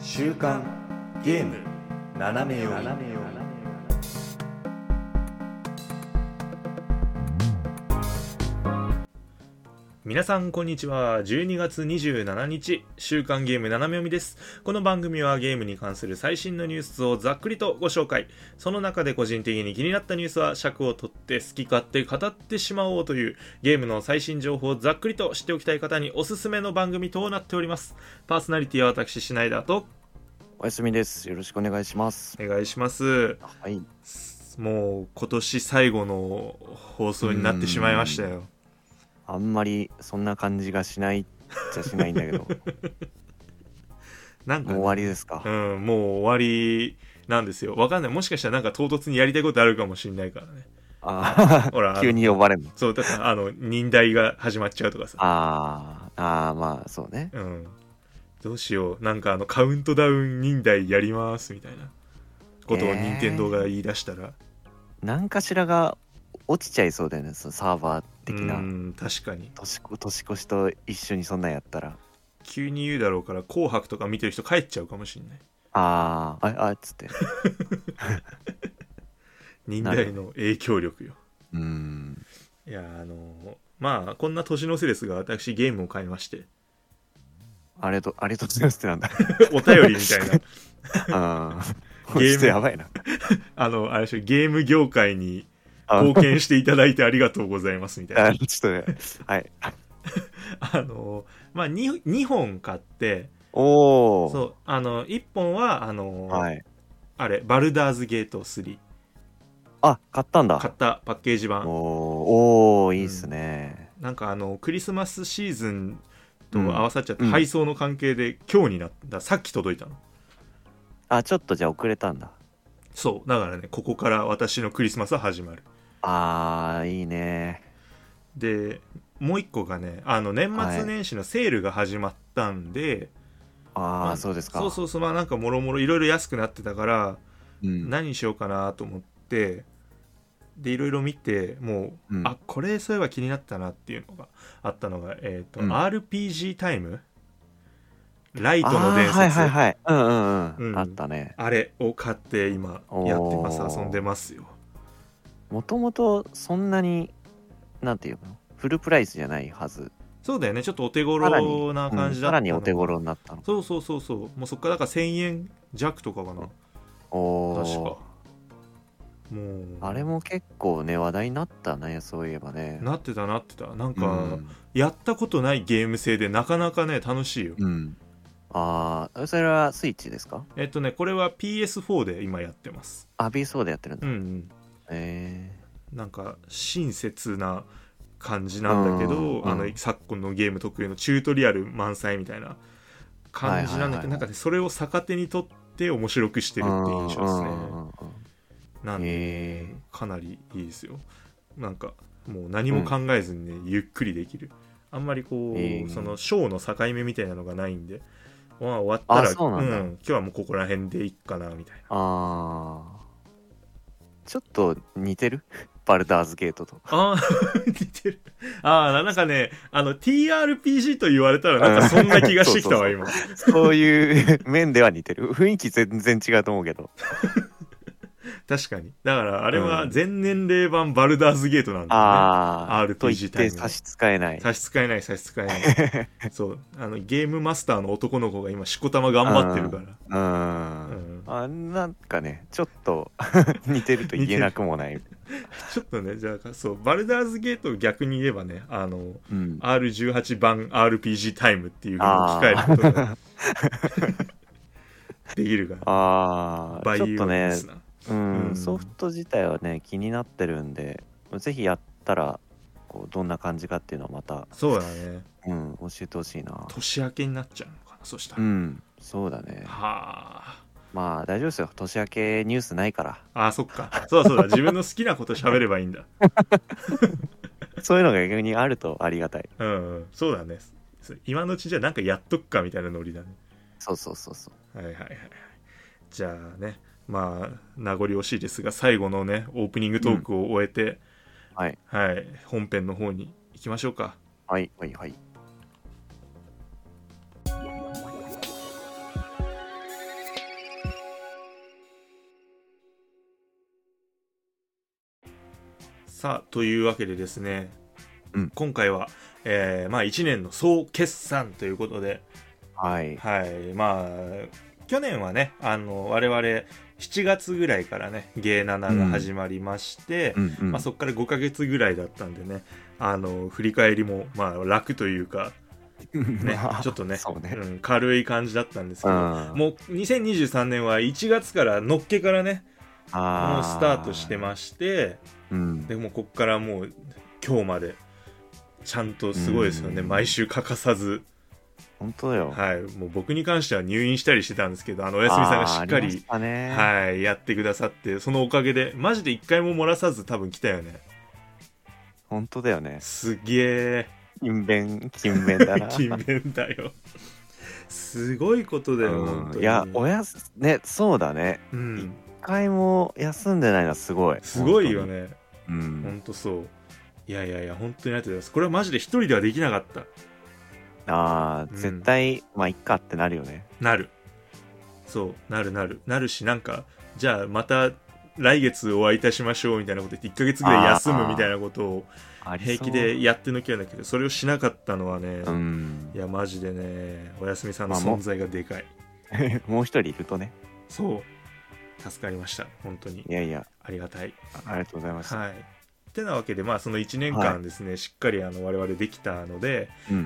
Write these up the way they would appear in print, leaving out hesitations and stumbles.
週刊ゲーム斜め読み。 皆さんこんにちは。12月27日週刊ゲーム斜め読みです。この番組はゲームに関する最新のニュースをざっくりとご紹介、その中で個人的に気になったニュースは尺を取って好き勝手語ってしまおうというゲームの最新情報をざっくりと知っておきたい方におすすめの番組となっております。パーソナリティは私シナイダーとおやすみです。よろしくお願いします。 お願いします。 はい。 もう今年最後の放送になってしまいましたよ。 あんまりそんな感じがしないじゃしないんだけどなんか、ね、 もう終わりですか。 もう終わりなんですよ。わかんない。もしかしたらなんか唐突にやりたいことあるかもしれないからね。 ほら急に呼ばれるの。 そうだから忍耐が始まっちゃうとかさ。 まあそうね。 どうしよう。なんかカウントダウン忍耐やりますみたいなことを任天堂が言い出したら、 何かしらが落ちちゃいそうだよね。そのサーバー的な。 確かに。 年越しと一緒にそんなんやったら急に言うだろうから、紅白とか見てる人帰っちゃうかもしれない。 っつって忍耐の影響力よ。いやまあこんな年の瀬ですが、私ゲームを買いまして。 あれと強すってなんだお便りみたいなゲームやばいなあれでしょ、ゲーム業界に貢献していただいてありがとうございますみたいなちょっとね、はいまあ 2本買って、そう1本ははい、 あれバルダーズゲート3 買ったんだ。 買ったパッケージ版。 いいっすね。 なんかクリスマスシーズンと合わさっちゃって、配送の関係で今日になった。さっき届いたの。 ちょっとじゃあ遅れたんだ。 そうだからね、ここから私のクリスマスは始まる。 いいね。 でもう一個がね、年末年始のセールが始まったんで、 そうですか。 そう、まあなんかもろもろいろいろ安くなってたから、何にしようかなと思って、でいろいろ見て、もう、これそういえば気になったなっていうのがあったのが、RPG タイムライトの伝説。 あったね。 あれを買って今やってます。遊んでますよ。 もともとそんなになんていうの、フルプライスじゃないはず。 そうだよね、ちょっとお手頃な感じだったの。 さらにお手頃になったの。 そう、もうそっからだから1000円弱とかかな。確か。もうあれも結構ね話題になったね。そういえばね。 なってた。なんか、やったことないゲーム性でなかなかね楽しいよ。 それはスイッチですか？ これは PS4 で今やってます。 PS4 でやってるんだ。 なんか親切な感じなんだけど、昨今のゲーム特有のチュートリアル満載みたいな感じなんだけど、なんかねそれを逆手にとって面白くしてるっていう印象ですね。なんでかなりいいですよ。なんかもう何も考えずにね、ゆっくりできる。あんまりこう、そのショーの境目みたいなのがないんで、終わったら今日はもうここら辺でいっかなみたいな。 ちょっと似てるバルダーズゲートと。 似てる。なんかねTRPG と言われたらなんかそんな気がしてきたわ今。 そういう面では似てる。雰囲気全然違うと思うけど確かに。だからあれは全年齢版バルダーズゲートなんだよね。RPG タイム。 差し支えない。 そうゲームマスターの男の子が今しこたま頑張ってるから。 なんかねちょっと似てると言えなくもないちょっとね、じゃあそうバルダーズゲートを逆に言えばね、R18 版 RPG タイムっていう風に置き換えることができるから。 ちょっとねソフト自体はね気になってるんで、ぜひやったらこうどんな感じかっていうのはまたそうだね、 教えてほしいな。 年明けになっちゃうのかな、そしたら。 そうだね。 まあ大丈夫ですよ、年明けニュースないから。 そっか、そうだ自分の好きなこと喋ればいいんだそういうのが逆にあるとありがたい。 そうだね。今のうちじゃなんかやっとくかみたいなノリだね。 そう。 じゃあね、まあ名残惜しいですが、最後のねオープニングトークを終えて、本編の方に行きましょうか。 はい。 さあというわけでですね、今回は、1年の総決算ということで、 はい、 去年はね我々7月ぐらいからねゲー7が始まりまして、そこから5ヶ月ぐらいだったんでね振り返りも楽というかね、ちょっとね、軽い感じだったんですけど、もう2023年は1月からのっけからねもうスタートしてまして、でもこっからもう今日までちゃんとすごいですよね、毎週欠かさず。 本当よ。 はい、もう僕に関しては入院したりしてたんですけど、おやすみさんがしっかり、やってくださって、そのおかげでマジで一回も漏らさず多分来たよね。 本当だよね。 すげえ。 勤勉だな。 勤勉だよ。すごいことだよ、本当に。 いや、そうだね。一回も休んでないのはすごい。 すごいよね。本当そう。いや本当にありがとうございます。これはマジで一人ではできなかった。 絶対いっかってなるよね。 なるし、なんかじゃあまた来月お会いいたしましょうみたいなこと言って1ヶ月ぐらい休むみたいなことを平気でやってのきゃんだけど、それをしなかったのはね、いやマジでねおやすみさんの存在がでかい。 もう一人いるとね、 そう助かりました本当に。 いやありがたい。 ありがとうございました。 はい。ってなわけでその1年間ですね、しっかり我々できたので、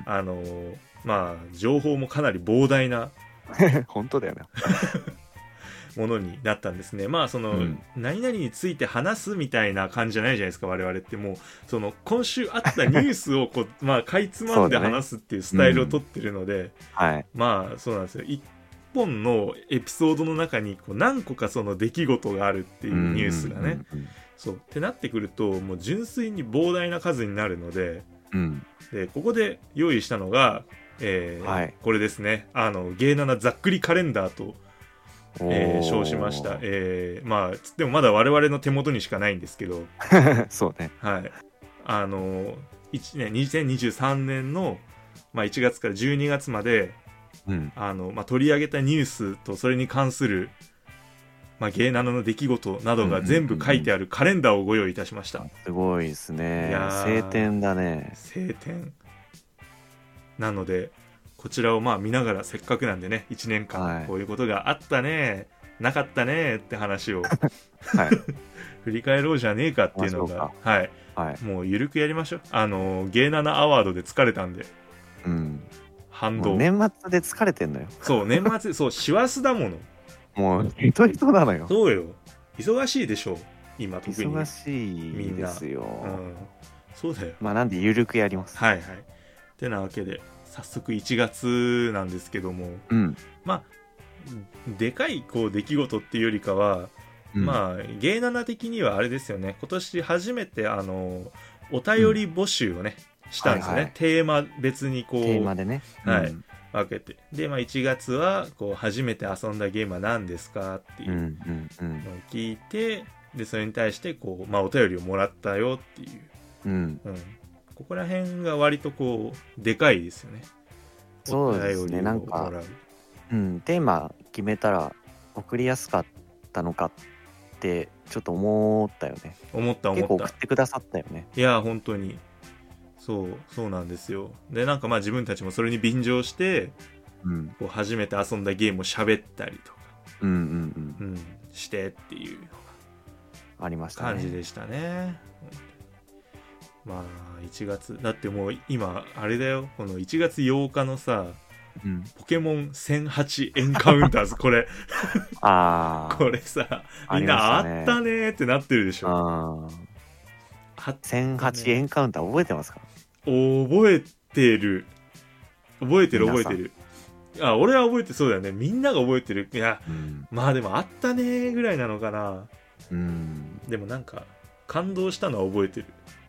情報もかなり膨大な本当だよねものになったんですね。何々について話すみたいな感じじゃないじゃないですか。我々ってもうその今週あったニュースをかいつまんで話すっていうスタイルを取ってるので、そうなんですよ。一本のエピソードの中に何個かその出来事があるっていうニュースがね、そうってなってくるともう純粋に膨大な数になるので、でここで用意したのが、これですね。ゲーナナざっくりカレンダーと、称しました。つってもまだ我々の手元にしかないんですけどそうね。 はい。2023年の、1月から12月まで、取り上げたニュースとそれに関するゲーナナの出来事などが全部書いてあるカレンダーをご用意いたしました。 すごいですね。晴天だね。 晴天なのでこちらを見ながら、せっかくなんでね1年間こういうことがあったね、なかったねって話を振り返ろうじゃねえかっていうのがもうゆるくやりましょう。ゲーナナアワードで疲れたんで、反動。 年末で疲れてんのよ。 そう年末そう師走だもの。 もう人なのよ。 そうよ、忙しいでしょ今特に。 忙しいですよ。 そうだよ。 なんでゆるくやります。 てなわけで早速1月なんですけども、でかい出来事っていうよりかは、ゲーナナ的にはあれですよね。今年初めてお便り募集をね、したんですよね。テーマ別にテーマでね、 分けて、で1月は初めて遊んだゲームは何ですかっていうのを聞いて、でそれに対してお便りをもらったよっていう、ここら辺が割とでかいですよね。 そうですね。なんかテーマ決めたら送りやすかったのかってちょっと思ったよね。 思った。 結構送ってくださったよね。 いや本当にそうなんですよ。でなんか自分たちもそれに便乗して、初めて遊んだゲームを喋ったりとかしてっていうありましたね。 感じでしたね。1月だってもう今あれだよ、この1月8日のさ、ポケモン1008エンカウンターズこれこれさみんなあったねってなってるでしょ。 1008エンカウンター覚えてますか？ 覚えてる。俺は覚えてそうだよね。みんなが覚えてる。いや、でもあったねぐらいなのかな。でもなんか感動したのは覚えてる。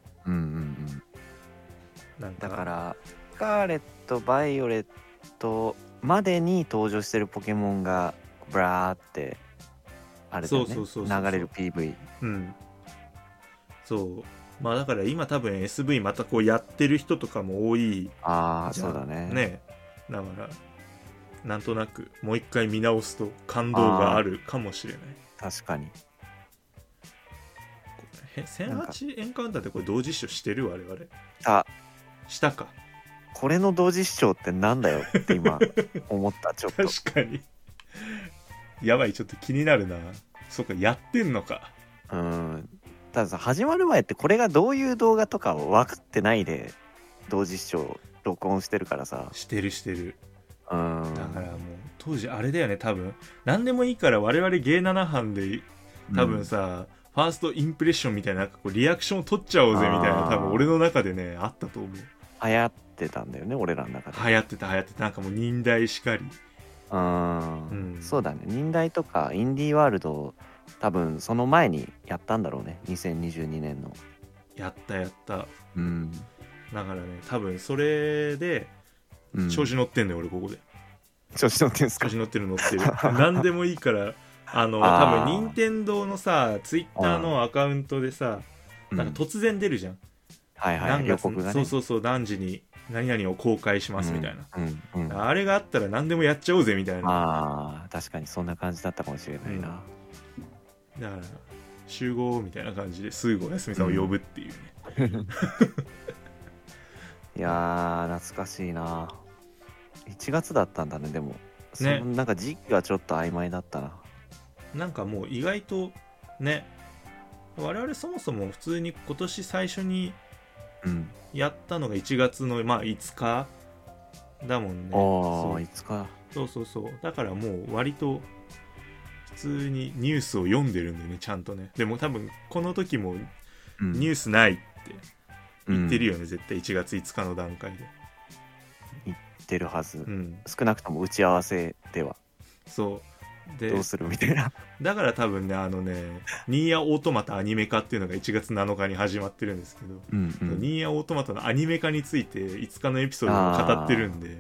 だからスカーレットバイオレットまでに登場してるポケモンがブラーってあれだよね、流れる PV。 だから今多分 SV またやってる人とかも多い。 そうだね。だからなんとなくもう一回見直すと感動があるかもしれない。 確かに。 1008エンカウンターってこれ同時視聴してる？我々したか。 これの同時視聴ってなんだよって今思ったちょっと確かにやばい、ちょっと気になるな。そうか、やってんのか。 たださ、始まる前ってこれがどういう動画とかを分かってないで同時視聴録音してるからさ。 してるだからもう当時あれだよね、多分何でもいいから我々芸7班で多分さ、ファーストインプレッションみたいな、なんかこうリアクションを取っちゃおうぜみたいな、多分俺の中でねあったと思う。 流行ってたんだよね俺らの中で。 流行ってたなんかもう忍耐しかり。 そうだね、忍耐とかインディーワールド多分その前にやったんだろうね、2022年の。 やった。だからね、多分それで調子乗ってんのよ、俺ここで。 調子乗ってんすか？ 調子乗ってる何でもいいから多分任天堂のさツイッターのアカウントでさ、なんか突然出るじゃん。 予告がね。 そう何時に何々を公開しますみたいな、あれがあったら何でもやっちゃおうぜみたいな。 確かにそんな感じだったかもしれないな。 だから集合みたいな感じですぐおやすみさんを呼ぶっていうね、 いやー懐かしいな。1月だったんだね。でもね、なんか時期はちょっと曖昧だったな。 なんかもう意外とね、我々そもそも普通に今年最初にやったのが1月の5日だもんね。 5日。 そうだからもう割と普通にニュースを読んでるんだよね、ちゃんとね。でも多分この時もニュースないって言ってるよね、絶対1月5日の段階で言ってるはず、少なくとも打ち合わせでは。 そうでどうするみたいな。 だから多分ねニーヤオートマタアニメ化っていうのが1月7日に始まってるんですけど、ニーヤオートマタのアニメ化について5日のエピソードを語ってるんで、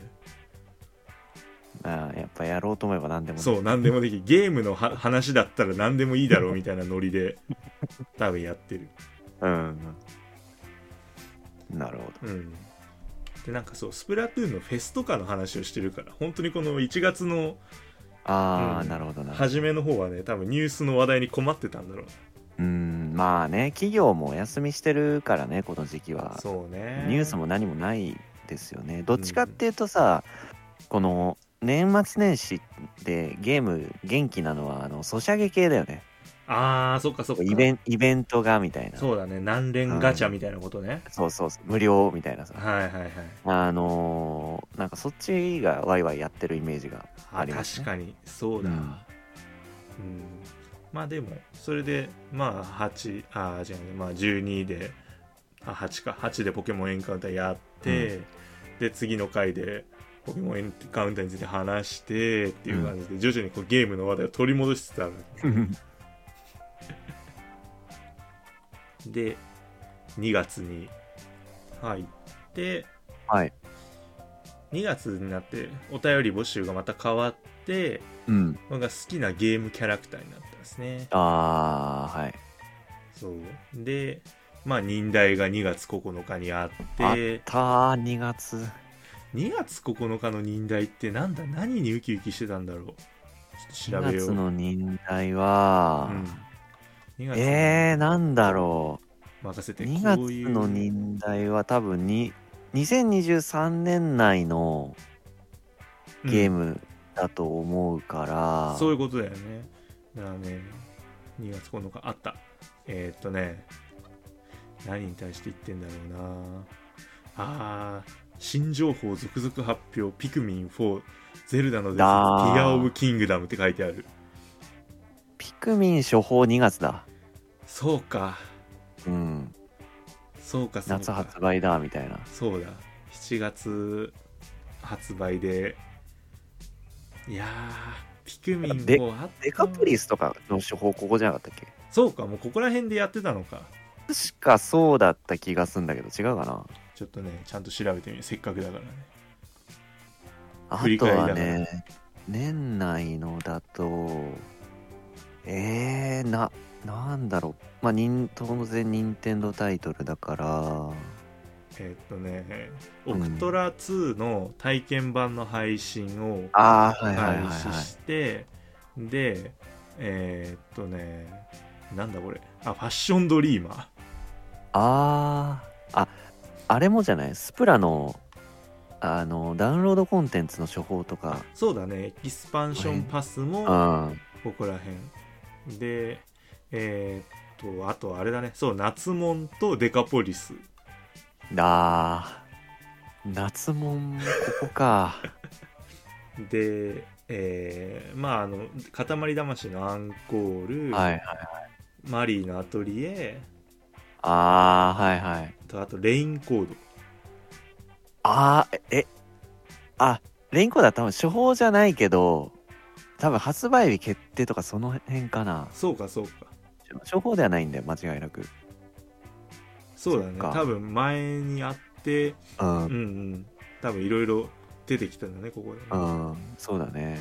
やっぱやろうと思えば何でもそう何でもできる。ゲームの話だったら何でもいいだろうみたいなノリで多分やってる。 なるほど。 でなんかそうスプラトゥーンのフェスとかの話をしてるから、本当にこの1月のなるほどな。 初めの方はね、多分ニュースの話題に困ってたんだろう。 まあね、企業もお休みしてるからね、この時期は。 そうね。 ニュースも何もないですよね。どっちかっていうとさ、この年末年始でゲーム元気なのはソシャゲ系だよね。 そっかイベントがみたいな。 そうだね、何連ガチャみたいなことね。 そう無料みたいなさ。 はいなんかそっちがワイワイやってるイメージがありますね。 確かにそうだ。まあでもそれで12で8でポケモンエンカウンターやって、で次の回でポケモンエンカウンターについて話してっていう感じで、徐々にこうゲームの話題を取り戻しつつある。で2月に入って、2月になってお便り募集がまた変わって、僕が好きなゲームキャラクターになったんですね。そうで忍耐が2月9日にあって、 2月 9日の忍耐って何にウキウキしてたんだろう。ちょっと調べよう。 2月の忍耐は、なんだろう。 任せて。 2月の忍耐は多分2023年内のゲームだと思うから、 そういうことだよね。だからね、2月9日あった。何に対して言ってんだろうな。新情報続々発表、ピクミン4、ゼルダの伝説、ティアオブキングダムって書いてある。 ピクミン初報2月だ。 そうか。そうか。 夏発売だみたいな。 そうだ。7月発売で。いやピクミン4あった。 デカプリスとかの初報ここじゃなかったっけ？ そうか、もうここら辺でやってたのか。 確かそうだった気がするんだけど、違うかな。 ちょっとね、ちゃんと調べてみる。せっかくだからね。 あとはね、年内のだと、なんだろう。当然任天堂タイトルだから。 オクトラ2の体験版の配信を開始して、で、 なんだこれ、ファッションドリーマー。 あれもじゃない、スプラのダウンロードコンテンツの処方とか。 そうだね、エキスパンションパスもここら辺で、あとあれだね、そう、夏モンとデカポリス。 夏モンここか。 で、塊魂のアンコール、 はいはいはい、 マリーのアトリエ、 はいはい、 あとレインコード。 レインコードは多分処方じゃないけど、多分発売日決定とかその辺かな。 そうかそうか、 処方ではないんだよ、間違いなく。 そうだね、多分前にあって、多分いろいろ出てきたんだね、ここで、ね。 そうだね。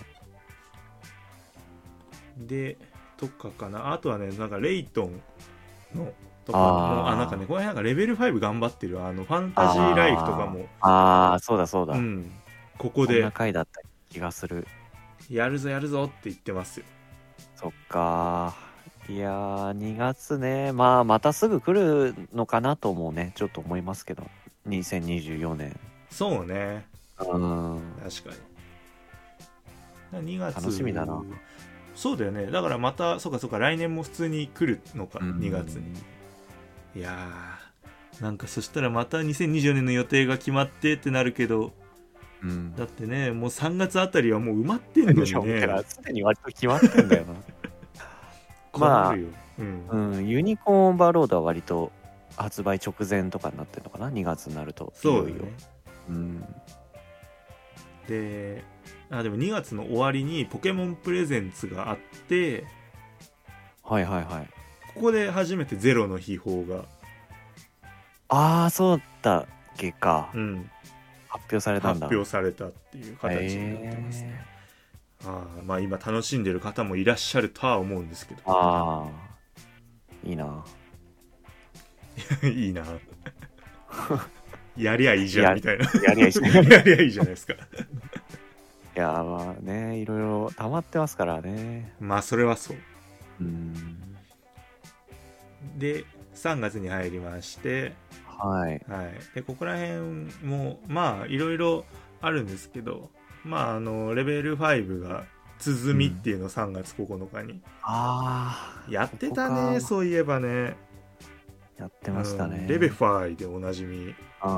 でとかな、あとはね、なんかレイトンのとかも、なんかね、これなんかレベル5頑張ってるファンタジーライフとかも、 そうだそうだ、 ここでこんな回だった気がする。 やるぞやるぞって言ってますよ。 そっか。いやー、2月ね、またすぐ来るのかなともね、ちょっと思いますけど、2024年。 そうね、確かに2月楽しみだな。 そうだよね、だからまたそうか来年も普通に来るのか、2月に。いやー、なんかそしたらまた2024年の予定が決まってってなるけど、だってね、もう3月あたりはもう埋まってんのにね。 すでに割と決まってんだよな。ユニコーンオーバーロードは割と発売直前とかになってるのかな、2月になると。 そうよ、でも2月の終わりにポケモンプレゼンツがあって、ここで初めてゼロの秘宝がそうだっけか、発表されたんだ。 発表されたっていう形になってますね。今楽しんでる方もいらっしゃるとは思うんですけど。 いいな。 いいな。やりゃいいじゃんみたいな。 やりゃいいじゃないですか。 いやね、いろいろ溜まってますからね。 それはそう。で3月に入りまして、でここら辺もいろいろあるんですけど、レベル5が鼓みっていうのを3月9日に、やってたね。そういえばね、 やってましたね。 レベファイでおなじみ。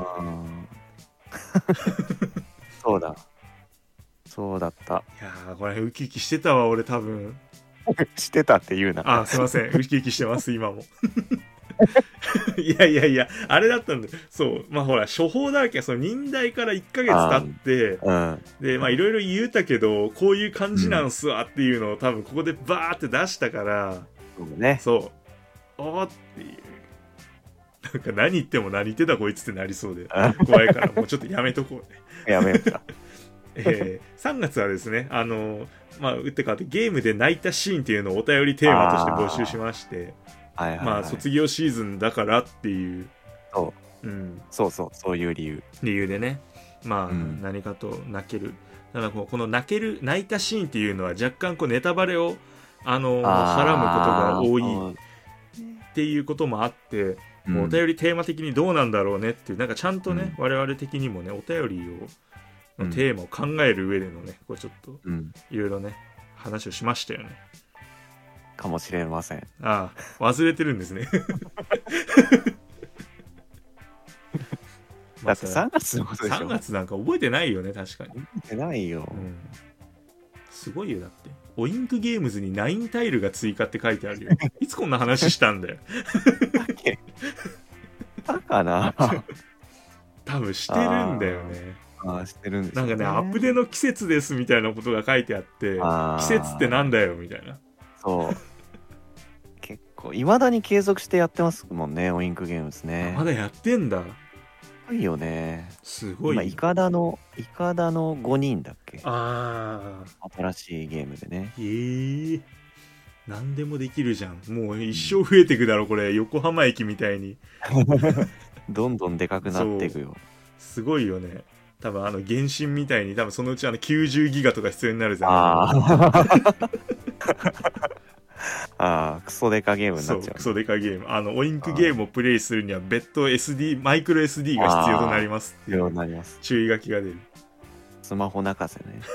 そうだった。 いやこれウキウキしてたわ、俺多分。 してたって言うな。 すいません、ウキウキしてます今も。いやあれだったんだよ。そう、ほら処方だらけ、その忍耐から1ヶ月経って、でいろいろ言うたけど、こういう感じなんすわっていうのを多分ここでバーって出したから、そうおーっていう、なんか何言っても何言ってたこいつってなりそうで怖いからもうちょっとやめとこうね。 やめようか。 3月はですね、打って変わってゲームで泣いたシーンっていうのをお便りテーマとして募集しまして、卒業シーズンだからっていう、 そういう理由でね、何かと泣ける。ただこの泣いたシーンっていうのは若干ネタバレをはらむことが多いっていうこともあって、お便りテーマ的にどうなんだろうねっていう、なんかちゃんとね、我々的にもね、お便りのテーマを考える上でのね、これちょっといろいろね、話をしましたよね。 かもしれません。 忘れてるんですね。 だって3月のことでしょ。 3月なんか覚えてないよね、確かに。 覚えてないよ。 すごいよ、だってオインクゲームズに9タイルが追加って書いてあるよ。いつこんな話したんだよ。 だかな。 多分してるんだよね。 してるんですよね。なんかね、アップデの季節ですみたいなことが書いてあって、季節ってなんだよみたいな。 そう。結構いまだに継続してやってますもんね、オインクゲームズね。 まだやってんだ。 すごいよね。 すごい。 今イカダの5人だっけ。新しいゲームでね。 何でもできるじゃん。もう一生増えていくだろこれ、横浜駅みたいに。 どんどんでかくなっていくよ。 すごいよね。多分原神みたいに多分そのうち90ギガとか必要になるじゃん。 クソデカゲームになっちゃう。 クソデカゲーム、オインクゲームをプレイするには別途 SD マイクロ SD が必要となりますっていう必要になります。 注意書きが出る。 スマホ泣かせね。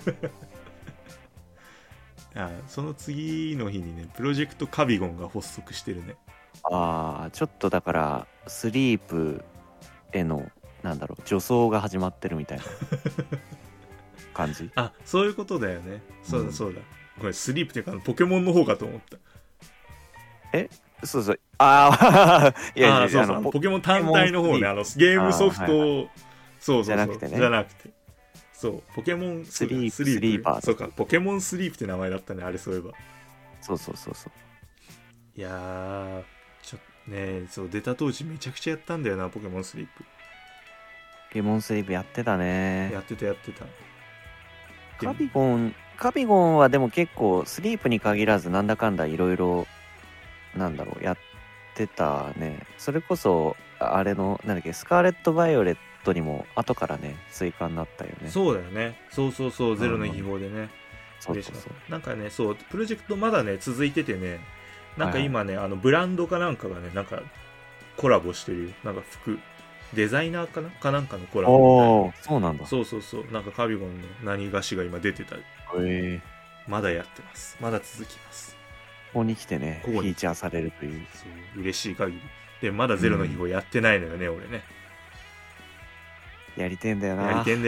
その次の日にね、プロジェクトカビゴンが発足してるね。 ちょっとだからスリープへの助走が始まってるみたいな感じ。 そういうことだよね。そうだそうだ、これスリープっていうかポケモンの方かと思った。 そうそう。いやポケモン単体の方ね、ゲームソフトを、そうじゃなくてね。 じゃなくて、そうポケモンスリーパー。 そうか、ポケモンスリープって名前だったね、あれ。そういえば。 そう。 いやー、ちょっとね、そう出た当時めちゃくちゃやったんだよな、ポケモンスリープ。 ポケモンスリープやってたね。 やってた。 カビゴンはでも結構スリープに限らずなんだかんだいろいろやってたね。それこそあれのスカーレット・バイオレットにも後からね追加になったよね。 そうだよね。そうゼロの秘宝でね。 そうなんかね、そうプロジェクトまだね続いててね、なんか今ね、ブランドかなんかがね、なんかコラボしてるよ。なんか服デザイナーかなんかのコラボみたいな。 そうなんだ。 そうなんかカビゴンの何菓子が今出てた。まだやってます。まだ続きます。 ここに来てね、フィーチャーされるという。 そう嬉しい限りで、まだゼロの秘宝やってないのよね、俺ね。 やりてんだよな。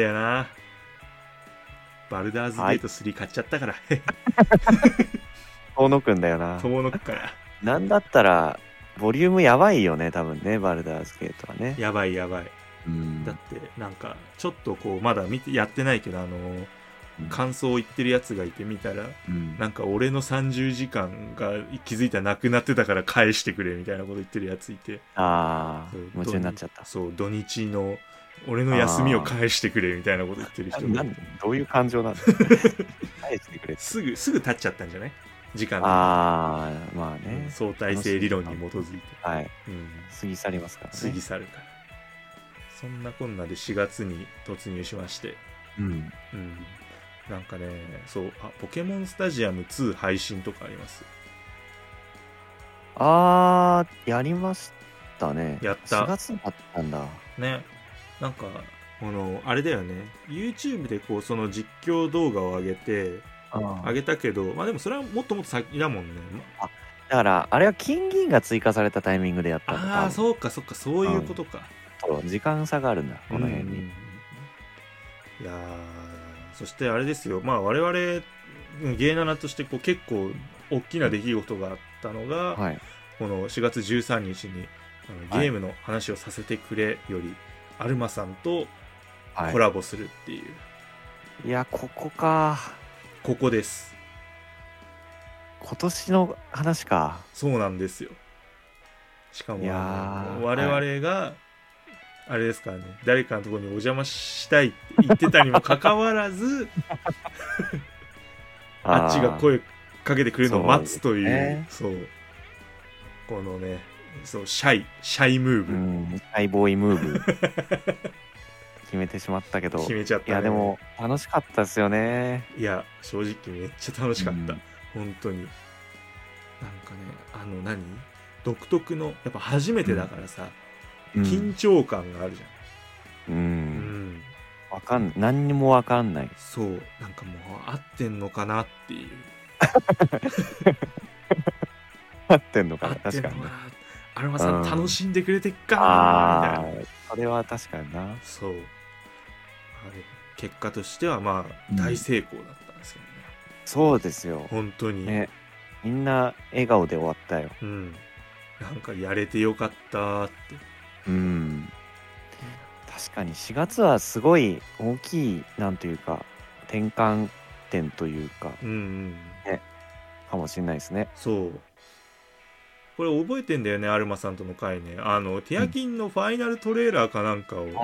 バルダーズゲート3買っちゃったから。 遠のくんだよな。 遠のくから。 なんだったらボリュームやばいよね、多分ね、バルダーズゲートはね。 やばい。だってなんかちょっとこうまだやってないけど、感想を言ってるやつがいて見たら、なんか俺の30時間が気づいたらなくなってたから返してくれみたいなこと言ってるやついて、 夢中になっちゃった。 そう、土日の俺の休みを返してくれみたいなこと言ってる人がどういう感情なんだ返してくれすぐ経っちゃったんじゃない時間まあね、 相対性理論に基づいて、 過ぎ去りますからね。 過ぎ去るから。そんなこんなで4月に突入しまして、なんかね、ポケモンスタジアム2配信とかあります？ やりましたね。 やった。 4月だったんだね。なんかあれだよね、 YouTube でこうその実況動画を上げたけど、でもそれはもっともっと先だもんね。 だからあれは金銀が追加されたタイミングでやったんだ。 そうかそういうことか。 時間差があるんだ、この辺に。 いやそしてあれですよ、我々ゲーナナとしてこう結構大きな出来事があったのが、この4月13日にゲームの話をさせてくれより、アルマさんとコラボするっていう。 いや、ここか。 ここです。 今年の話か。 そうなんですよ。しかも我々が、あれですからね、誰かのところにお邪魔したいって言ってたにもかかわらずあっちが声かけてくれるのを待つという、このね、シャイムーブ、 シャイボーイムーブ決めてしまったけど、 決めちゃったね。 いやでも楽しかったですよね。 いや正直めっちゃ楽しかった、本当に。なんかね、独特のやっぱ初めてだからさ、緊張感があるじゃん。 何にもわかんない。 そう、なんかもう合ってんのかなっていう合ってんのかな、確かにね。 アルマさん楽しんでくれてっかなみたいな。 それは確かにな。 そう、結果としては大成功だったんですけどね。 そうですよ、 本当にね。みんな笑顔で終わったよ。 なんかやれてよかったって。 確かに4月はすごい大きい、なんというか転換点というか、かもしれないですね。 そう、これ覚えてんだよね、アルマさんとの回ね。ティアキンのファイナルトレーラーかなんかを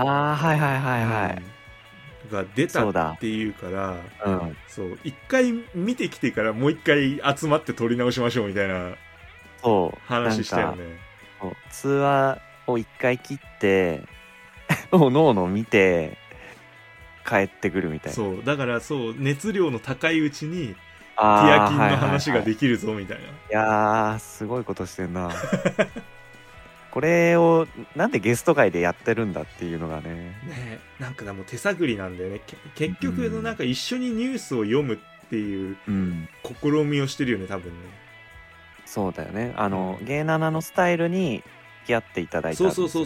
が出たっていうから、そう一回見てきてからもう一回集まって撮り直しましょうみたいな話したよね。 通話を一回切っておのおの見て帰ってくるみたいな。 そうだから、そう熱量の高いうちにアキンの話ができるぞみたいな、 いやーすごいことしてんなこれをなんでゲスト会でやってるんだっていうのがね。 ね、なんかでも手探りなんだよね。結局のなんか一緒にニュースを読むっていう試みをしてるよね、多分ね。 そうだよね。ゲイナナのスタイルに付き合っていただいたんですよね。 そう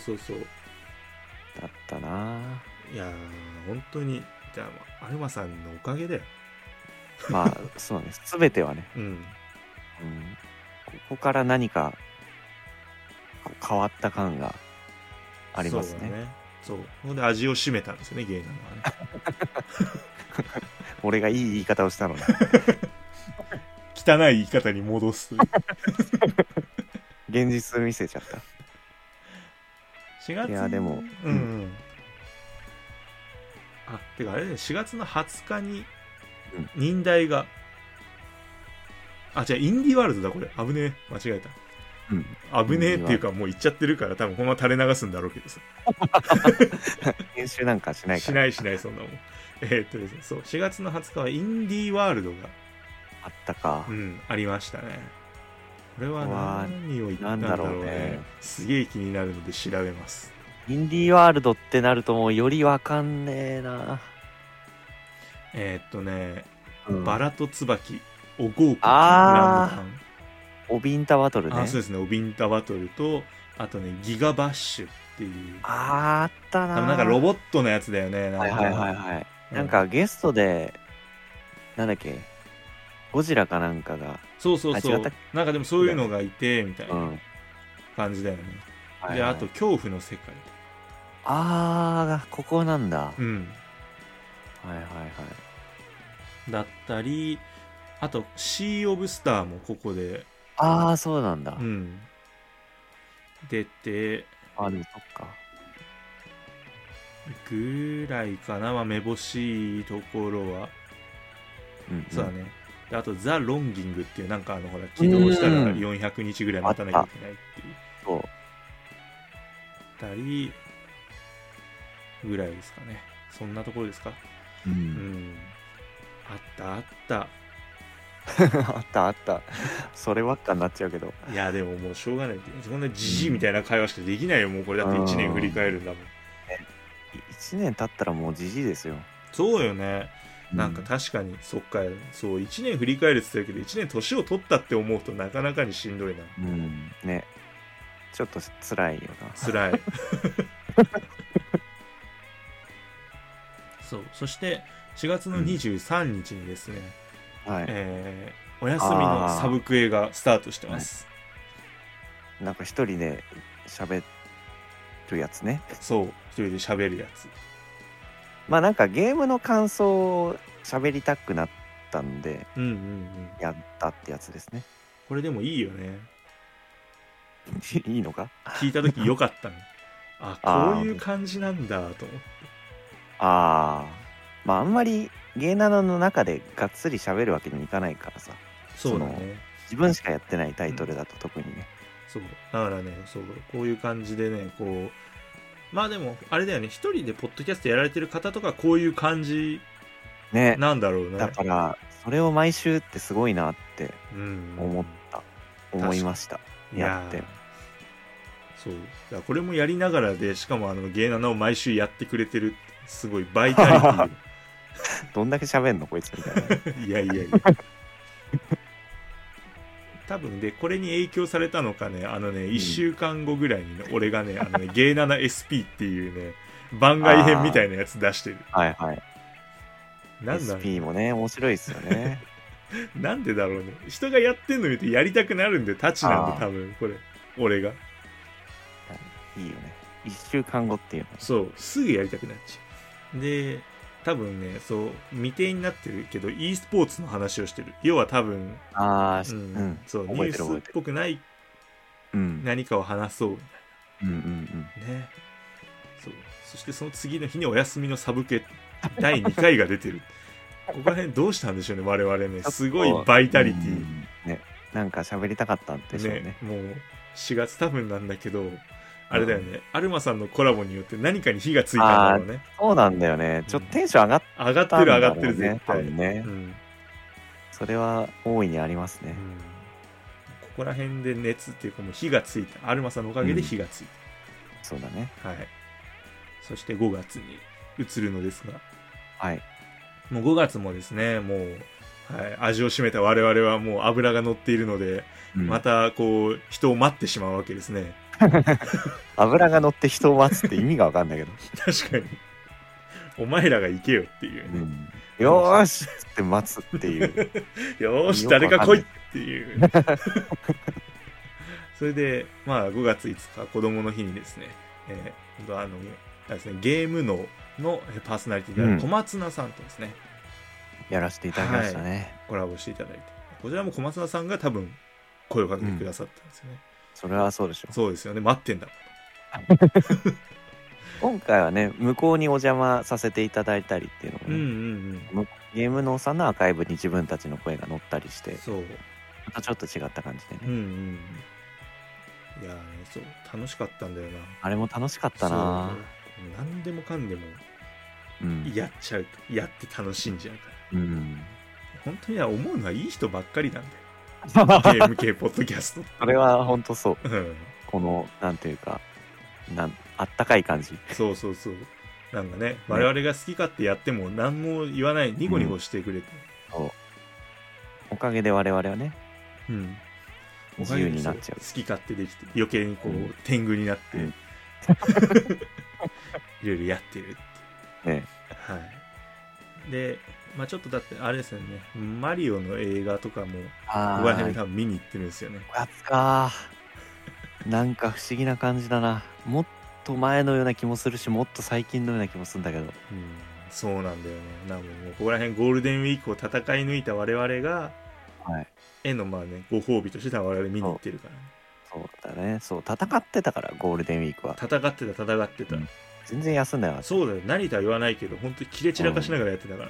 だったな。 いやー本当にじゃあアルマさんのおかげだよ。 まあそうね、全てはね、ここから何か変わった感がありますね。 そうほんで味を占めたんですよね、ゲイナナはね俺がいい言い方をしたのに汚い言い方に戻す現実見せちゃった。 4月、 いやでもあ、てかあれね、4月の20日に忍耐が、じゃあインディーワールドだ、これ危ねえ、間違えた、危ねえっていうかもう言っちゃってるから多分このまま垂れ流すんだろうけどさ編集なんかしないから。 しないそんなもん。ですね、そう4月の20日はインディーワールドがあったか。 ありましたね。これは何を言ったんだろうね。すげえ気になるので調べます。 インディーワールドってなるともうよりわかんねえな。 バラと椿お豪華オビンタバトルね。 そうですね、オビンタバトルと、あとねギガバッシュっていう、 あったな。 なんかロボットのやつだよね。 はい、なんかゲストでなんだっけ、ゴジラかなんかが、 そうなんかでもそういうのがいてみたいな感じだよね。であと恐怖の世界、 ここなんだ。 だったり、あとシー・オブ・スターもここでそうなんだ。 出て、 でもそっかぐらいかな、めぼしいところは。そうだね。であとザ・ロンギングっていう、なんかほら起動したら400日ぐらい待たなきゃいけないっていう、 そうたりぐらいですかね。そんなところですか。あったあったそればっかになっちゃうけど、 いやでももうしょうがないって、そんなジジイみたいな会話しかできないよ、もうこれだって1年振り返るんだもん。 1年経ったらもうジジイですよ。 そうよね。なんか確かに、そっか、そう1年振り返るって言ってたけど、1年年を取ったって思うとなかなかにしんどいな。 ね、ちょっと辛いよな。 辛いそう、そして4月の23日にですね、お休みのサブクエがスタートしてます。 なんか一人で喋るやつね。 そう、一人で喋るやつ。 まあなんかゲームの感想を喋りたくなったんで、やったってやつですね。 これでもいいよね。 いいのか？ 聞いた時よかったね。こういう感じなんだと思って。 まああんまりゲーナナの中でがっつり喋るわけにもいかないからさ。 そうだね。 自分しかやってないタイトルだと特にね。 そうだからね、こういう感じでね、こうまあでもあれだよね、一人でポッドキャストやられてる方とかこういう感じなんだろうね。 だからそれを毎週ってすごいなって思いました。やって。 そうだ、これもやりながらで、しかもゲイナナを毎週やってくれてる、すごいバイタリティどんだけ喋んのこいつみたいな。 いや多分でこれに影響されたのかね、1週間後ぐらいに、ね、俺がねゲイナナ SP っていうね番外編みたいなやつ出してる。なんだ SP もね面白いですよね。 なんでだろうね、人がやってんの見てやりたくなるんで、タチなんで多分これ俺がいいよね、1週間後っていうの。 そうすぐやりたくなっちゃう。で多分ね、そう未定になってるけど e スポーツの話をしてる。要は多分そうニュースっぽくない何かを話そうみたいなね。そしてその次の日にお休みのサブケ第2回が出てる。ここら辺どうしたんでしょうね、我々ね。すごいバイタリティね、なんか喋りたかったんでしょうね。 もう4月多分なんだけど、あれだよね、アルマさんのコラボによって何かに火がついたんだろうね。 そうなんだよね。ちょっとテンション上がってる絶対ね。 それは大いにありますね。 ここら辺で熱っていうかもう火がついた、アルマさんのおかげで火がついそうだね。 た、はい。そして5月に移るのですが、 はい。 もう5月もですね、もう、はい、味を占めた我々はもう脂が乗っているので、またこう人を待ってしまうわけですね。 油が乗って人を待つって意味が分かんないけど。 確かに。お前らが行けよっていうね。 よーしって待つっていう。 よーし誰か来いっていう。それでまあ5月5日子供の日にですね、ですねゲームのパーソナリティである小松菜さんとですね、 やらせていただきましたね、 はい、コラボしていただいて、こちらも小松菜さんが多分声をかけてくださったんですよね。 それはそうでしょう。 そうですよね、待ってんだ今回はね向こうにお邪魔させていただいたりっていうのもね、ゲームのさんのアーカイブに自分たちの声が載ったりして、 そうまたちょっと違った感じでね、 いやーね、そう楽しかったんだよな。 あれも楽しかったな。 何でもかんでもやっちゃうと、やって楽しんじゃうから、本当には思うのはいい人ばっかりなんだよゲーム系ポッドキャスト。 それは本当そう、このなんていうかあったかい感じ。 そうなんかね、我々が好き勝手やっても何も言わない、ニコニコしてくれて、 そうおかげで我々はね、自由になっちゃう。 好き勝手できて余計にこう、天狗になって、いろいろやってるっていう、はい。でまあちょっとだってあれですよね、マリオの映画とかも我々多分見に行ってるんですよね。 やつかなんか不思議な感じだな。もっと前のような気もするし、もっと最近のような気もするんだけど、 そうなんだよね。なんかもうここら辺ゴールデンウィークを戦い抜いた我々が、絵のまあねご褒美としては我々見に行ってるからね。 そうだね、そう戦ってたからゴールデンウィークは戦ってた、 全然休んだよ。 そうだよ、何とは言わないけど本当にキレ散らかしながらやってたから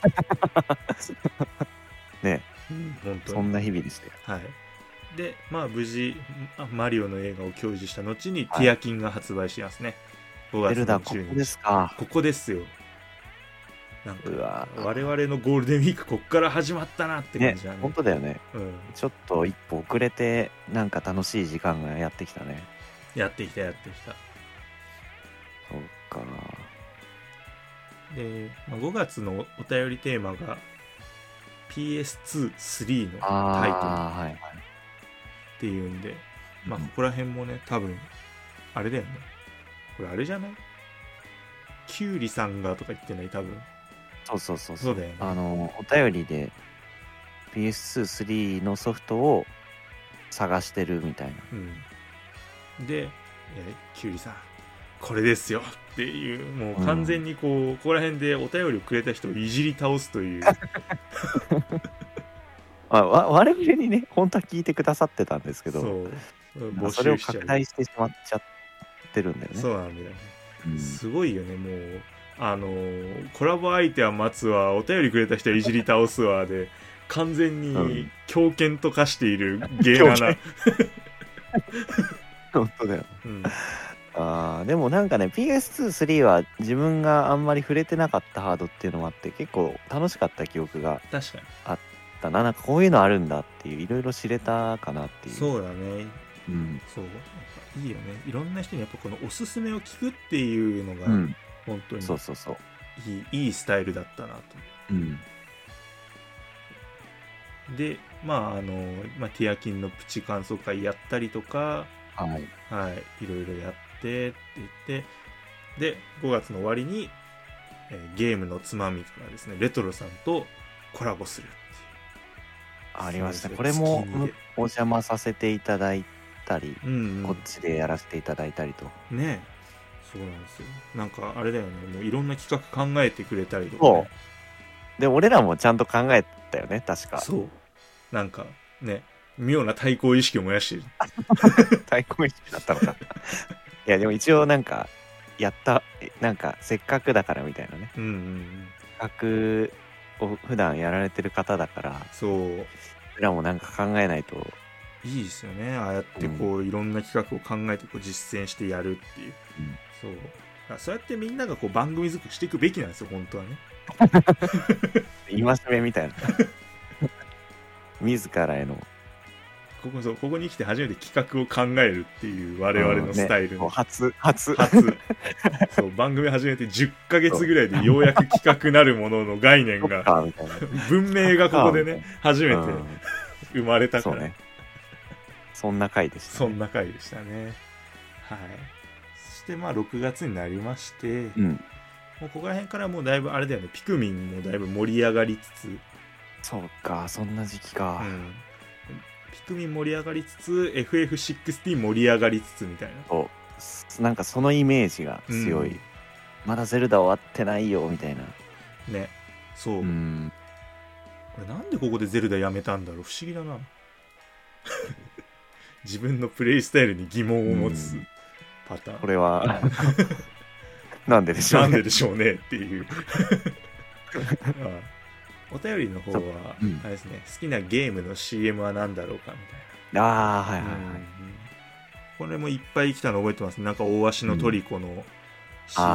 ね。 ね、本当にそんな日々でしたよ。 はい。でまあ無事マリオの映画を享受した後にティアキンが発売しますね。5月の10日。 ここですか。 ここですよ。なんか我々のゴールデンウィークこっから始まったなって感じだね。 本当だよね、ちょっと一歩遅れてなんか楽しい時間がやってきたね。 やってきた。 そうか。 で、5月のお便りテーマが PS2、3のタイトルっていうんで、まあここら辺もね多分あれだよね。これあれじゃない？キュウリさんがとか言ってない？多分そうだよね。 お便りで PS2、3のソフトを探してるみたいな、 でキュウリさんこれですよっていう、もう完全にここら辺でお便りをくれた人をいじり倒すという我々にね本当は聞いてくださってたんですけど、 募集しちゃう、 それを拡大してしまっちゃってるんだよね。 そうなんだよね、すごいよね。もうコラボ相手は待つわ、お便りくれた人はいじり倒すわで完全に狂犬と化しているゲーマーな本当だよ、でもなんかね PS2、3は自分があんまり触れてなかったハードっていうのもあって結構楽しかった記憶があったな。なんかこういうのあるんだっていう、いろいろ知れたかなっていう。 そうだね、そういいよね。いろんな人にやっぱこのおすすめを聞くっていうのが、本当にいいスタイルだったなと。でティアキンのプチ感想会やったりとか、いろいろやってって言って、で5月の終わりに、ゲームのつまみからですねレトロさんとコラボするっていうありました。これもお邪魔させていただいたり、こっちでやらせていただいたりとね。そうなんですよ。なんかあれだよね、もういろんな企画考えてくれたりとか、ね、 で俺らもちゃんと考えたよね確か。 そうなんかね、妙な対抗意識を燃やしてる対抗意識だったのかいやでも一応なんかやったなんかせっかくだからみたいなね、企画を普段やられてる方だから、俺らもなんか考えないといいですよね。ああやってこう、いろんな企画を考えてこう実践してやるっていう、そうやってみんながこう番組作りしていくべきなんですよ本当はね。 戒めみたいな自らへのここに来て初めて企画を考えるっていう我々のスタイルの、 初そう番組始めて10ヶ月ぐらいでようやく企画なるものの概念がみたいな文明がここでね初めて生まれたから、 そうね、そんな回でした、ね、 そんな回でしたね。はい。そしてまあ6月になりまして、もうここら辺からもうだいぶあれだよね、ピクミンもだいぶ盛り上がりつつ、 そうか、そんな時期か、 ピクミン盛り上がりつつ FF16 盛り上がりつつみたいな、 そうなんかそのイメージが強い、まだゼルダ終わってないよみたいなね。そう、これなんでここでゼルダやめたんだろう、不思議だな自分のプレイスタイルに疑問を持つパターン、 これはなんででしょうねなんででしょうねっていうお便りの方は、あれですね、好きなゲームの CM は何だろうかみたいな。 はいはいはい、 これもいっぱい来たの覚えてます。なんか大足のトリコの CM とか、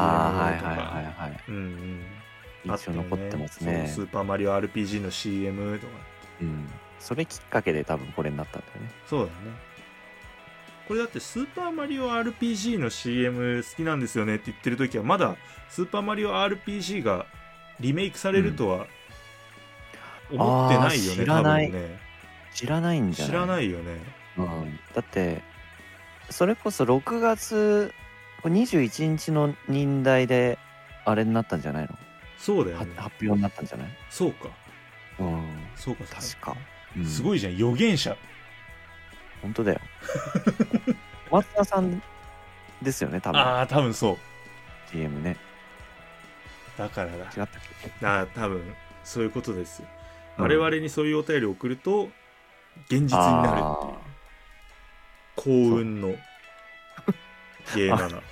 一応残ってますね。 スーパーマリオ RPG の CM とか、 それきっかけで多分これになったんだよね。 そうだね。これだってスーパーマリオ RPG の CM 好きなんですよねって言ってる時はまだスーパーマリオ RPG がリメイクされるとは思ってないよね、多分ね。 知らないんじゃない？ 知らないよね。 だってそれこそ6月21日の任代であれになったんじゃないの？ そうだよね。 発表になったんじゃない？ そうか。そうか、 確か。 すごいじゃん、予言者。 本当だよ。松田さんですよね、多分。 多分そう。 CM ね。 だからだ。 違ったっけ？多分そういうことですよ。我々にそういうお便りを送ると現実になるっていう幸運のゲームな。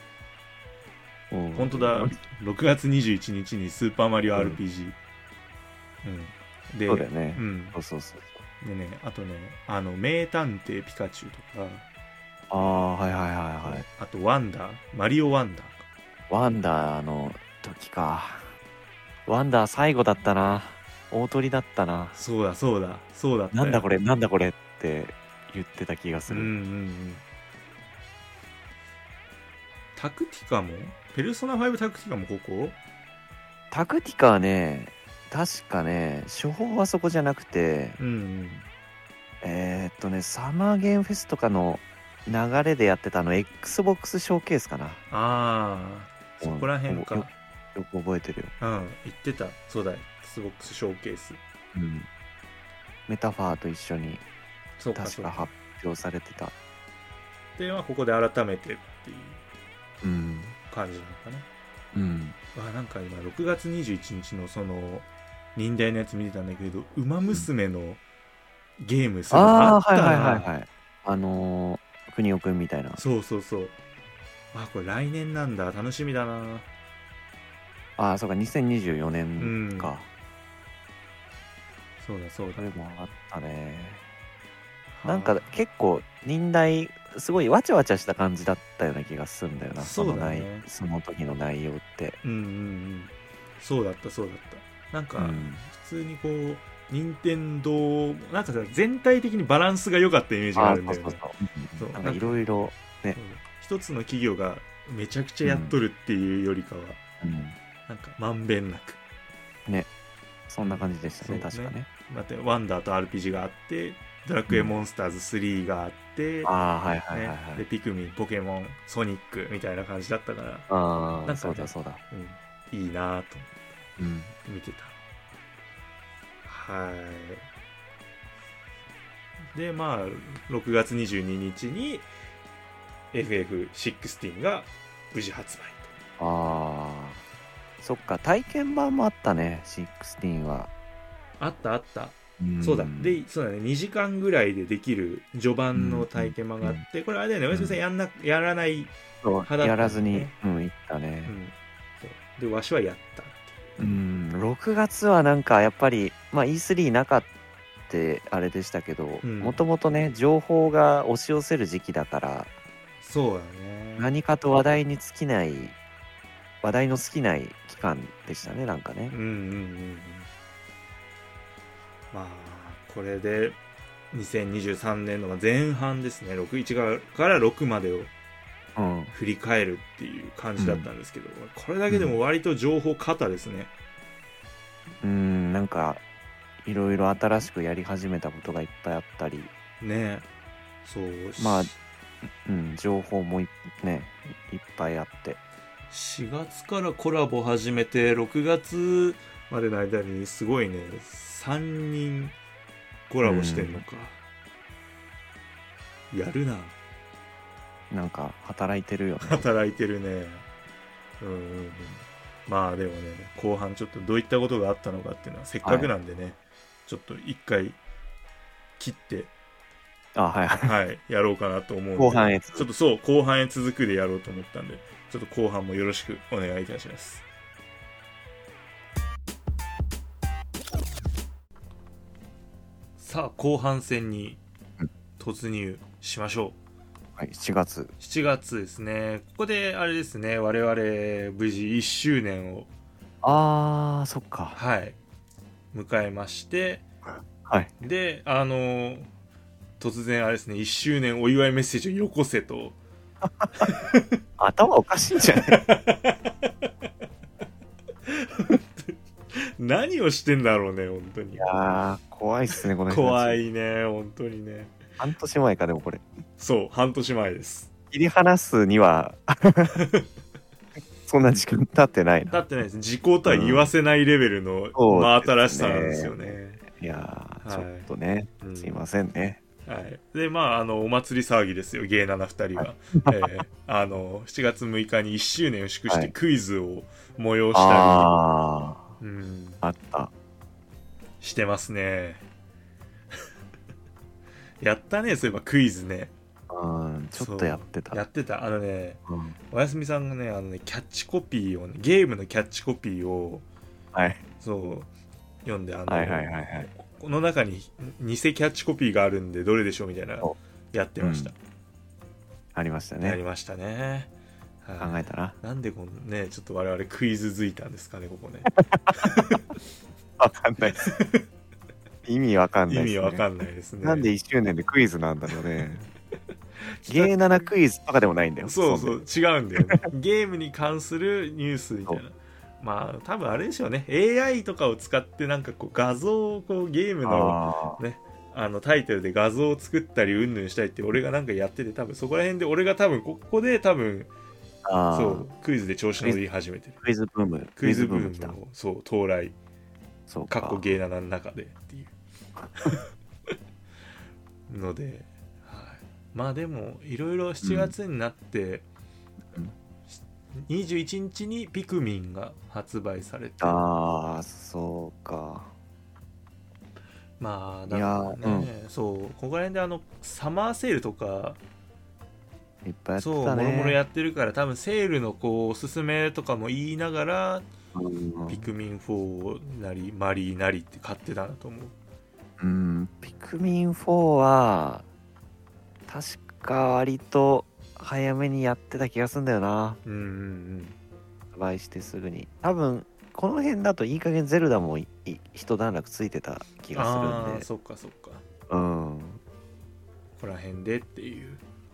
本当だ、6月21日にスーパーマリオ RPG、で、 そうだよね、そうでね、あとね、名探偵ピカチュウとか、あとワンダー、マリオワンダーか、 ワンダーの時か。ワンダー最後だったな、大鳥だったな。 そうだったなんだこれって言ってた気がする。 タクティカもペルソナ5タクティカもここ？ タクティカはね、確かね、処方はそこじゃなくて、サマーゲームフェスとかの流れでやってたXbox ショーケースかな。 そこら辺か。 よく覚えてるよ。 言ってた。そうだ、Xbox ショーケース。 メタファーと一緒に確か発表されてた。 ではここで改めてっていう感じなのかな。なんか今6月21日のその任代のやつ見てたんだけど、ウマ娘のゲームするのあったな。 国尾くんみたいな。 そう。これ来年なんだ、楽しみだな。 そうか、2024年か。 そうだ。 それもあったね。なんか結構任代すごいわちゃわちゃした感じだったような気がするんだよな。 そうだね。 その時の内容って。 そうだった。なんか普通にこう任天堂なんかさ、全体的にバランスが良かったイメージがあるんだよね。 なんかいろいろね、 一つの企業がめちゃくちゃやっとるっていうよりかは、なんかまんべんなくね、そんな感じでしたね、確かね。 だってワンダーと RPG があって、ドラクエモンスターズ3があって、でピクミン、ポケモン、ソニックみたいな感じだったから、 なんかそうだ、 いいなぁと見てた。でまあ6月22日に FF16 が無事発売と。 そっか、体験版もあったね、16は。 あった。そうだね、2時間ぐらいでできる序盤の体験版があって、これあれだよね、おやすみさんやらない派だった、ね、やらずに行ったね。 でわしはやった 6月はなんかやっぱり、E3 なかったあれでしたけど、もともとね、情報が押し寄せる時期だから、 そうだね、 何かと話題の尽きない期間でしたね、なんかね。 これで2023年の前半ですね、1から6までを振り返るっていう感じだったんですけど、これだけでも割と情報過多ですね。 なんかいろいろ新しくやり始めたことがいっぱいあったりね。そうまあ情報もねいっぱいあって、 4月からコラボ始めて6月までの間にすごいね3人コラボしてんのか、やるな。 なんか働いてるよね。 働いてるね。まあでもね、後半ちょっとどういったことがあったのかっていうのはせっかくなんでね、ちょっと一回切ってやろうかなと思うんで、 後半へちょっとそう後半へ続くでやろうと思ったんで、ちょっと後半もよろしくお願いいたします。さあ後半戦に突入しましょう。 はい、7月ですね。ここであれですね、我々無事1周年をそっか迎えまして、で突然あれですね、1周年お祝いメッセージをよこせと頭おかしいんじゃない何をしてんだろうね本当に。 いや怖いっすねこの人たち。 怖いね本当にね。 半年前か。でもこれそう半年前です。 切り離すにはそんな時間経ってないな。 経ってないです。時効とは言わせないレベルの真新しさなんですよね。 いやちょっとね、すいませんね。 でお祭り騒ぎですよ芸7 2人は。7月6日に1周年を祝してクイズを催したり、 あったしてますね。やったね、そういえばクイズね。 ちょっとやってたおやすみさんがねキャッチコピーを、ね、ゲームのキャッチコピーをそう読んでこの中に偽キャッチコピーがあるんでどれでしょうみたいなやってました。 ありましたね。 ありましたね。 考えたな。 なんでこのねちょっと我々クイズづいたんですかねここね。 わかんないです。意味わかんないですね。 意味わかんないですね。 なんで1周年でクイズなんだろうね。ゲー7クイズとかでもないんだよ。 そう違うんだよね。ゲームに関するニュースみたいな。まあ多分あれでしょうね。AI とかを使ってなんかこう画像をこうゲームのねタイトルで画像を作ったりうんぬんしたりって俺がなんかやってて、多分そこら辺で俺が多分ここで多分そうクイズで調子乗り始めてる。 クイズブームのそう到来。過去ゲー7の中でっていうので、まあでもいろいろ7月になって、21日にピクミンが発売されて、 そうか。 まあだからね、そうここら辺でサマーセールとかいっぱいやってたね。 そうもろもろやってるから多分セールのこうおすすめとかも言いながらピクミン4なりマリーなりって買ってたなと思う。 ピクミン4は確か割と早めにやってた気がするんだよな。発売してすぐに。多分この辺だといい加減ゼルダも一段落ついてた気がするんで。 そっかそっか。 ここら辺でっていう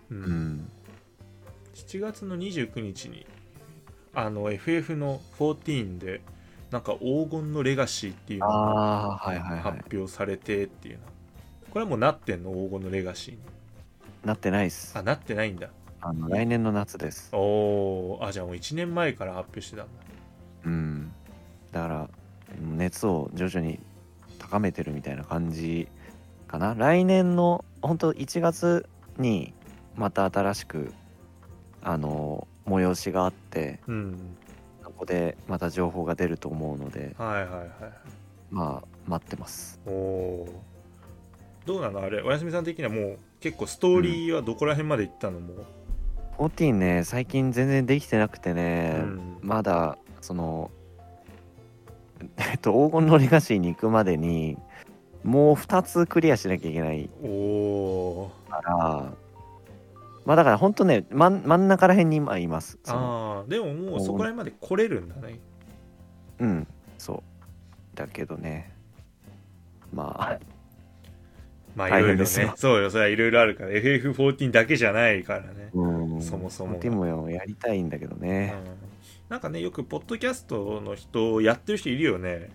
。7月の29日にFF の14でなんか黄金のレガシーっていうのが発表されてっていうの、これはもうなってんの黄金のレガシーに。 なってないっす。 なってないんだ。 来年の夏です。 じゃあもう1年前から発表してたんだ。 だから熱を徐々に高めてるみたいな感じかな。来年の本当1月にまた新しく催しがあって、そこでまた情報が出ると思うので、まあ待ってます。 どうなのあれ、おやすみさん的にはもう結構ストーリーはどこら辺まで行ったの？もう 14ね最近全然できてなくてね、まだその黄金のレガシーに行くまでにもう2つクリアしなきゃいけないからまあだからほんとね真ん中ら辺に今います。 でももうそこら辺まで来れるんだね。 そうだけどねまあまあいろいろ大変ですよ。 そうよ、それはいろいろあるから FF14 だけじゃないからね、 うん。 そもそもがでもやりたいんだけどね。 なんかね、よくポッドキャストの人やってる人いるよね。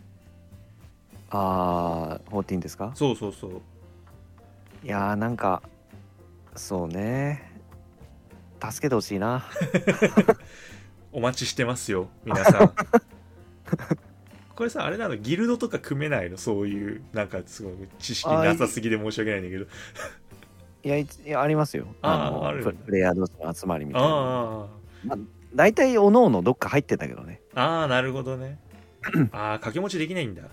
14ですか？ そうそうそう。 いやーなんか、そうね。助けてほしいな。 お待ちしてますよ皆さん。これさ、あれなの、ギルドとか組めないの？そういうなんかすごい知識なさすぎで申し訳ないんだけど。 いや、ありますよ。 あるんだプレイヤー同士の集まりみたいな。 あ大体おのおのどっか入ってたけどね。 あ、なるほどね。掛け持ちできないんだ。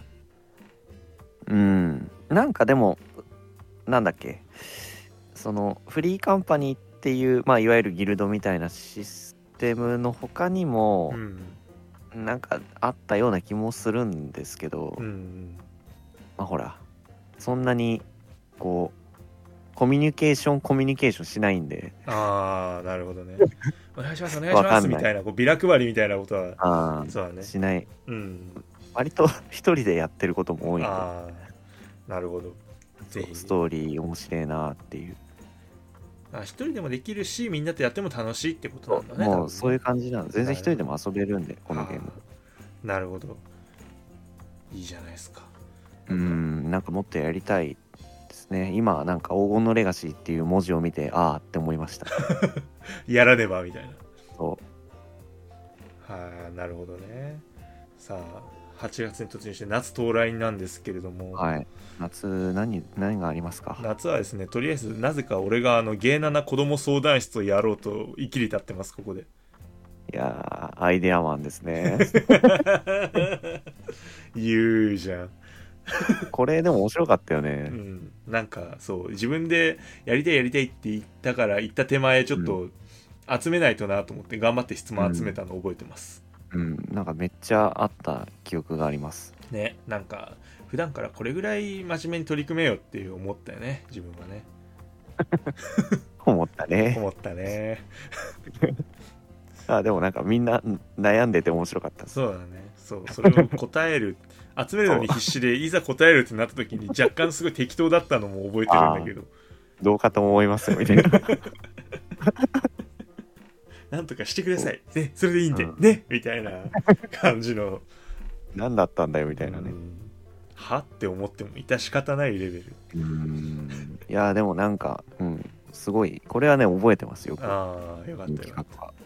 なんかでもなんだっけ、そのフリーカンパニーっていう、まあいわゆるギルドみたいなシステムの他にも、なんかあったような気もするんですけど、まあほらそんなにこうコミュニケーションしないんで。 なるほどね。お願いしますお願いしますみたいな、こうビラ配りみたいなことはそうだね、 しない。 うん割と一人でやってることも多いんで。 なるほど。ぜひストーリー面白いなっていう。 一人でもできるし、みんなとやっても楽しいってことなんだね。 もうそういう感じなの。全然一人でも遊べるんで、このゲーム。 なるほど。いいじゃないですか。 なんかもっとやりたいですね。今なんか黄金のレガシーっていう文字を見て、ああって思いました。 やらねばみたいな。 そう。 なるほどね。さあ、8月に突入して夏到来なんですけれども、 はい。夏何がありますか？ 夏はですね、とりあえずなぜか俺がゲイナな子供相談室をやろうといきり立ってます、ここで。 いやー、アイデアマンですね。 言うじゃん。 これでも面白かったよね。 なんかそう自分でやりたいって言ったから言った手前ちょっと集めないとなと思って頑張って質問集めたのを覚えてます。 なんかめっちゃあった記憶がありますね。なんか普段からこれぐらい真面目に取り組めよっていう思ったよね、自分はね。 思ったね。でもなんかみんな悩んでて面白かった。 そうだね。そうそれを答える集めるのに必死でいざ答えるってなった時に若干すごい適当だったのも覚えてるんだけど、 どうかと思いますよみたいな。 なんとかしてくださいね、それでいいんで、ねみたいな感じの何だったんだよみたいなね。 はって思っても致し方ないレベル。 いやでもなんかすごいこれはね覚えてますよ。 よかったよ。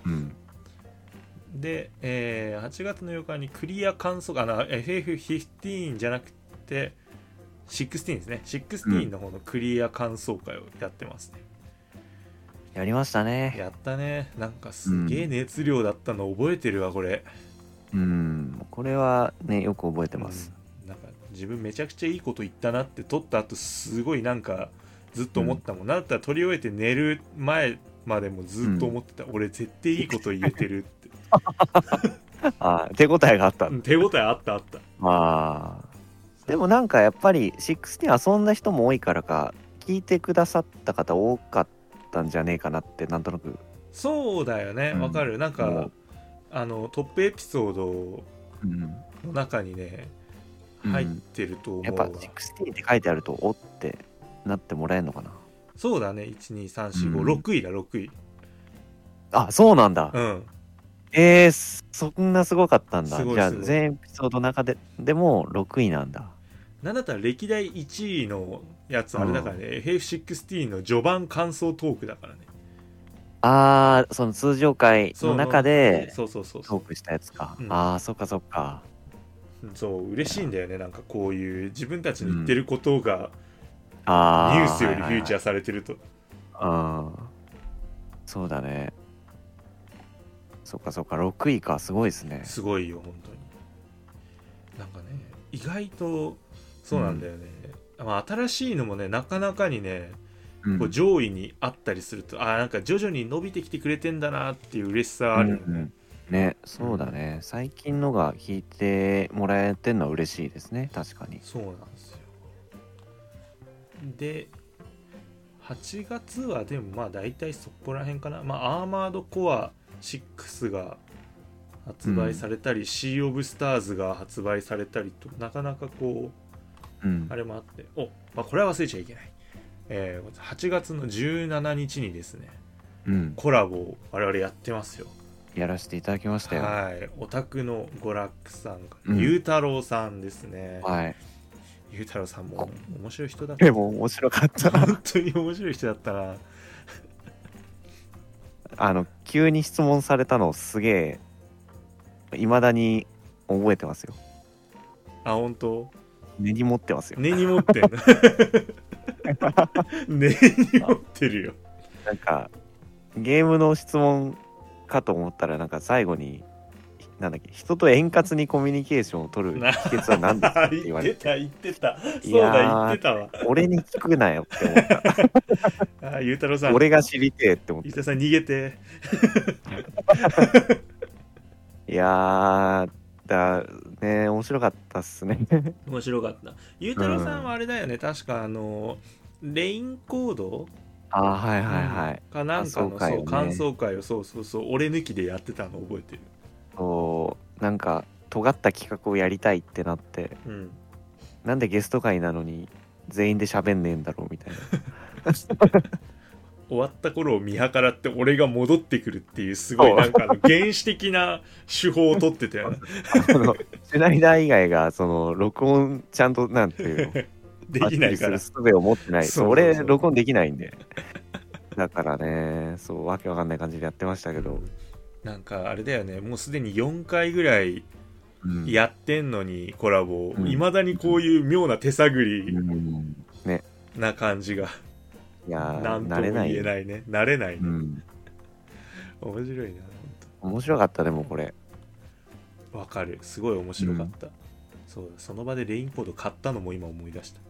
で、8月の8日にクリア観測FF15 じゃなくて16ですね。16の方のクリア感想会をやってますね。 やりましたね。 やったね。なんかすげえ熱量だったの覚えてるわこれ。 これはねよく覚えてます。 なんか自分めちゃくちゃいいこと言ったなって撮った後すごいなんかずっと思ったもん。なんだったら撮り終えて寝る前までもずっと思ってた。俺絶対いいこと言えてるって。 手応えがあった。 手応えあった。 でもなんかやっぱり16遊んだ人も多いからか聞いてくださった方多かったんじゃねえかなってなんとなく。 そうだよね、わかる。なんかトップエピソードの中にね、入ってると思うわ。 やっぱ16って書いてあるとおってなってもらえるのかな。 そうだね。12345、6位だ6位。 そうなんだ。そんなすごかったんだ。 じゃあ全エピソードの中でも6位なんだ。 なんだったら歴代1位のやつあれだからね、FF16 の序盤感想トークだからね。 その通常回の中でトークしたやつか。そっか。 そう嬉しいんだよね。なんかこういう自分たちに言ってることがニュースよりフューチャーされてると。 そうだね。そっか6位か。すごいですね。 すごいよ本当に。なんかね意外とそうなんだよね。新しいのもねなかなかにね、こう上位にあったりするとなんか徐々に伸びてきてくれてんだなっていう嬉しさあるよね。 ね、そうだね。最近のが聞いてもらえてんのは嬉しいですね。確かに。 そうなんですよ。で8月はでも大体そこら辺かな。アーマードコア6が発売されたり、シー・オブ・スターズが発売されたりとなかなかこう、あれもあってこれは忘れちゃいけない。 8月の17日にですね、 うん、 コラボを我々やってますよ。 やらせていただきましたよ。 はい、オタクの娯楽さん、 うん、 ゆうたろうさんですね。 はい。 ゆうたろうさんも面白い人だった。 でも面白かったな。 本当に面白い人だったな。 急に質問されたのすげえ未だに覚えてますよ。 あ、本当？ 根に持ってますよ。 根に持ってんの根に持ってるよ。 なんかゲームの質問かと思ったら、なんか最後になんだっけ、人と円滑にコミュニケーションを取る秘訣は何ですかって言われて言ってたそうだ、言ってたわ。 俺に聞くなよって思ったあ、ゆうたろうさん、 俺が知りてえって思って。 ゆうたろうさん逃げていやだね、面白かったっすね。 面白かった。ゆうたろうさんはあれだよね、確かレインコードはいはいはい、 かなんかの感想会をそう俺抜きでやってたの覚えてる。 そうなんか尖った企画をやりたいってなって、なんでゲスト会なのに全員で喋んねえんだろうみたいな終わった頃を見計らって俺が戻ってくるっていう、すごいなんか原始的な手法を取ってたよねシュナイダー以外がその録音ちゃんとなんていうのできないから、 術を持ってない。そう俺録音できないんでだからね、そうわけわかんない感じでやってましたけど、 なんかあれだよね、もうすでに4回ぐらいやってんのに、コラボいまだにこういう妙な手探りな感じが、 いやなんとも言えないね、慣れないね、面白いな。 面白かった。でもこれわかる、すごい面白かった、そうだ、その場でレインコード買ったのも今思い出した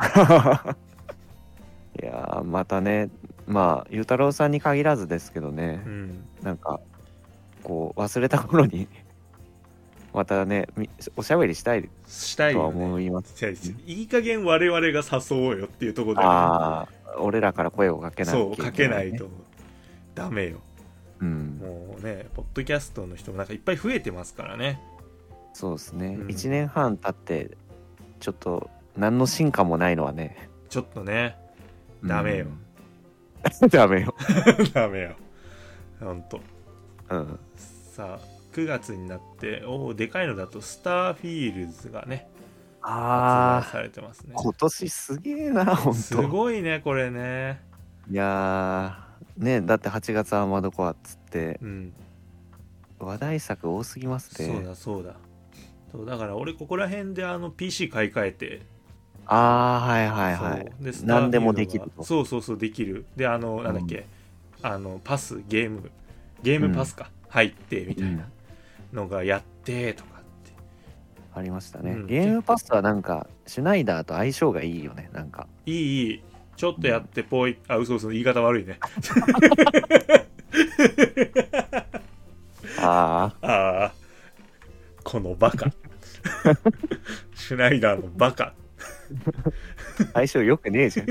いやまたね、まあゆうたろうさんに限らずですけどね、なんかこう忘れた頃にまたねおしゃべりしたいとは思います、 いい加減我々が誘おうよっていうところだよね。俺らから声をかけないと、 そうかけないとダメよ、もうね、ポッドキャストの人もなんかいっぱい増えてますからね。 そうですね、1年半経ってちょっと何の進化もないのはね、 ちょっとねダメよダメよダメよほんと。さあ9月になってでかいのだとスターフィールズがね発売されてますね。 今年すげえな、ほんとすごいねこれね。 いやね、だって8月アーマードコアっつって、話題作多すぎますね。 そうだから俺ここら辺でPC 買い替えて、 はいはいはい、何でもできると。 そうできる。でなんだっけ、パスゲームパスか、入ってみたいなのがやってとかってありましたね、ゲームパスはなんかシュナイダーと相性がいいよね。なんかいいちょっとやってぽい、嘘言い方悪いねこのバカシュナイダーのバカ相性よくねえじゃん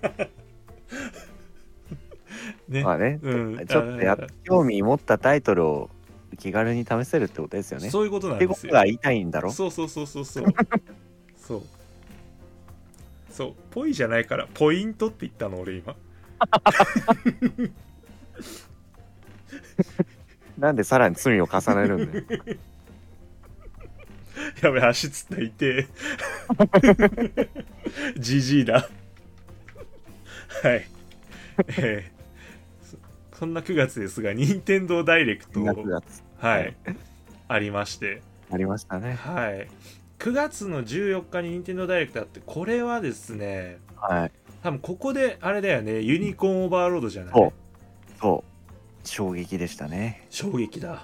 ね、 まあね、ちょっと興味持ったタイトルを気軽に試せるってことですよね。 そういうことなんですよ。 ってことが言いたいんだろ。 そうぽいじゃないからポイントって言ったの俺今なんでさらに罪を重ねるんだよやべ、足つったいてジジイだはいそんな9月ですが、任天堂ダイレクトありまして、 ありましたね。 はい。9月の14日に任天堂ダイレクトあって、これはですね、多分ここであれだよね、ユニコーンオーバーロードじゃない？ そう衝撃でしたね。 衝撃だ。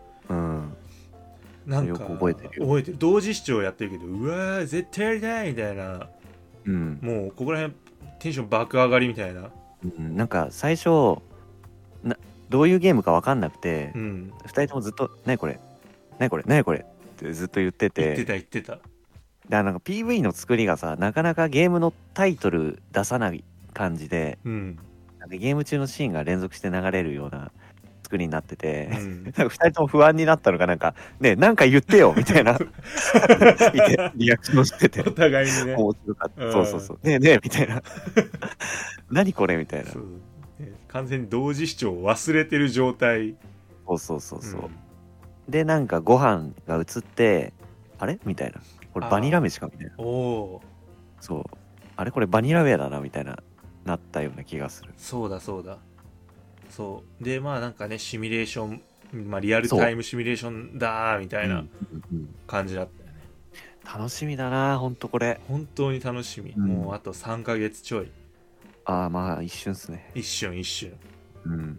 なんか覚えてる。 同時視聴やってるけど、うわー絶対やりたいみたいな、もうここら辺テンション爆上がりみたいな、 なんか最初どういうゲームか分かんなくて、2人ともずっと何これってずっと言ってて、 言ってた。 だからなんか PV の作りがさ、なかなかゲームのタイトル出さない感じで、なんかゲーム中のシーンが連続して流れるような作作りになってて、 うん、 なんか2人とも不安になったのかなんかねなんか言ってよみたいなリアクションしててお互いにね面白かった、 うんそうそうそうねえねえみたいな何これみたいなそう、ね、完全に同時視聴を忘れてる状態。 そうそうそうそう、 うんでなんかご飯が映ってあれみたいなこれバニラ飯かみたいな、 おお、 そうあれこれバニラウェアだなみたいななったような気がする。 そうだそうだ。そうでまあなんかねシミュレーション、まあ、リアルタイムシミュレーションだーみたいなうんうんうん感じだったよね。 楽しみだなほんとこれ。 本当に楽しみ、 うんもうあと3ヶ月ちょい。 ああまあ一瞬っすね。 一瞬一瞬うん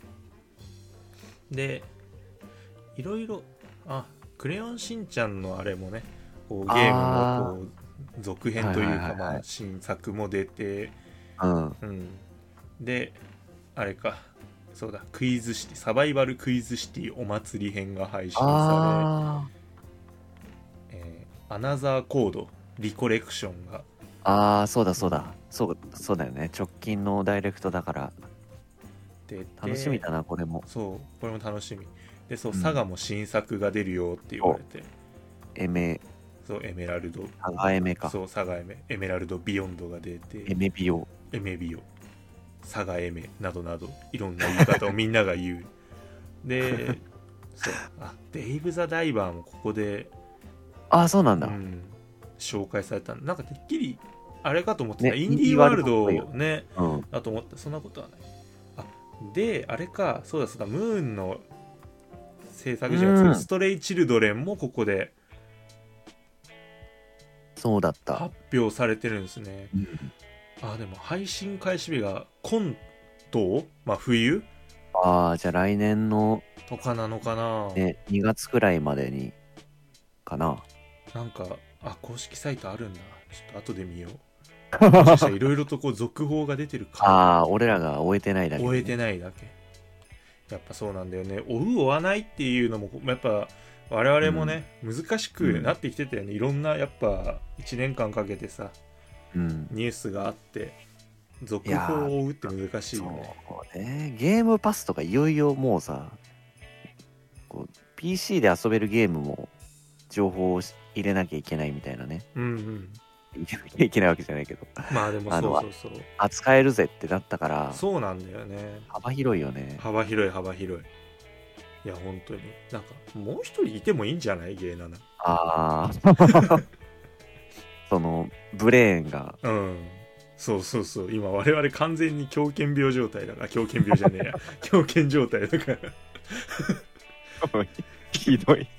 でいろいろクレヨンしんちゃんのあれもねこうゲームのこう続編というか、 はいはいはいはいまあ新作も出て、 うんうん、であれかそうだクイズシティサバイバルクイズシティお祭り編が配信さあれ、アナザーコードリコレクションがそうだそうだそうだよね直近のダイレクトだから出て楽しみだなこれも。 そうこれも楽しみでそう、 うんサガも新作が出るよって言われてエメそうエメラルドサガエメかそうサガエメラルドビヨンドが出てエメビオエメビオサガエメなどなどいろんな言い方をみんなが言うでそうデイブ・ザ・ダイバーもここで、 そうなんだ、 紹介されたなんかてっきりあれかと思ってた、 ねインディーワールドインディーワールドっぽいねうんだと思ったそんなことはないであれかそうだそうだムーンの制作陣が作るストレイ・チルドレンもここでそうだった、 発表されてるんですね、 うんでも配信開始日が今冬まあ冬じゃあ来年の、 とかなのかな、 ね、2月くらいまでにかな。 なんか公式サイトあるんだちょっと後で見ようもしかしたらいろいろとこう続報が出てるか俺らが終えてないだけ、ね、 終えてないだけやっぱそうなんだよね追う追わないっていうのもやっぱ我々もね、難しくなってきてたよね、いろんなやっぱ1年間かけてさ、ニュースがあって続報を追うって難しいよね。 そうねゲームパスとかいよいよもうさこう PC で遊べるゲームも情報を入れなきゃいけないみたいなね、入れなきゃいけないわけじゃないけどまあでもそう扱えるぜってなったからそうなんだよね。 幅広いよね。 幅広いいや本当になんかもう一人いてもいいんじゃないゲーナナそのブレーンがそう今我々完全に狂犬病状態だから狂犬病じゃねえや狂犬状態だからひどい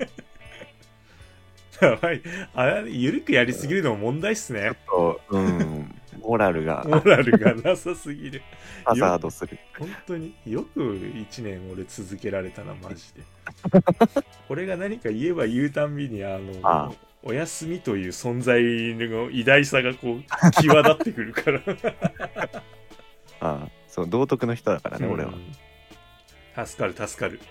やばいゆるくやりすぎるのも問題っすね。 モラルがなさすぎる。 ハザードする。 本当によく1年俺続けられたなマジで俺が何か言えば言うたんびにお休みという存在の偉大さがこう際立ってくるからそう道徳の人だからね、俺は助かる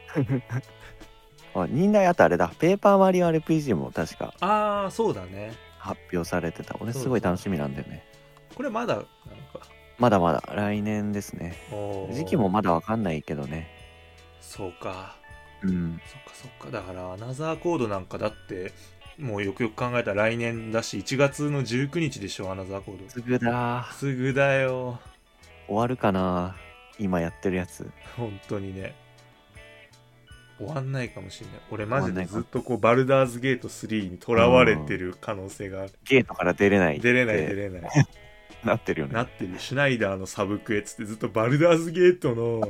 忍耐あとあれだペーパーマリオ RPG も確かそうだね発表されてた。俺すごい楽しみなんだよね。 これまだなのか。 まだ来年ですね。時期もまだわかんないけどね。 そうかそっかだからアナザーコードなんかだってもうよくよく考えたら来年だし1月の19日でしょアナザーコード。 すぐだよ。 終わるかな今やってるやつ。 本当にね終わんないかもしれない。俺マジでずっとこうバルダーズゲート3にとらわれてる可能性がある。 ゲートから出れないなってるよね。 なってる。シュナイダーのサブクエっつってずっとバルダーズゲートの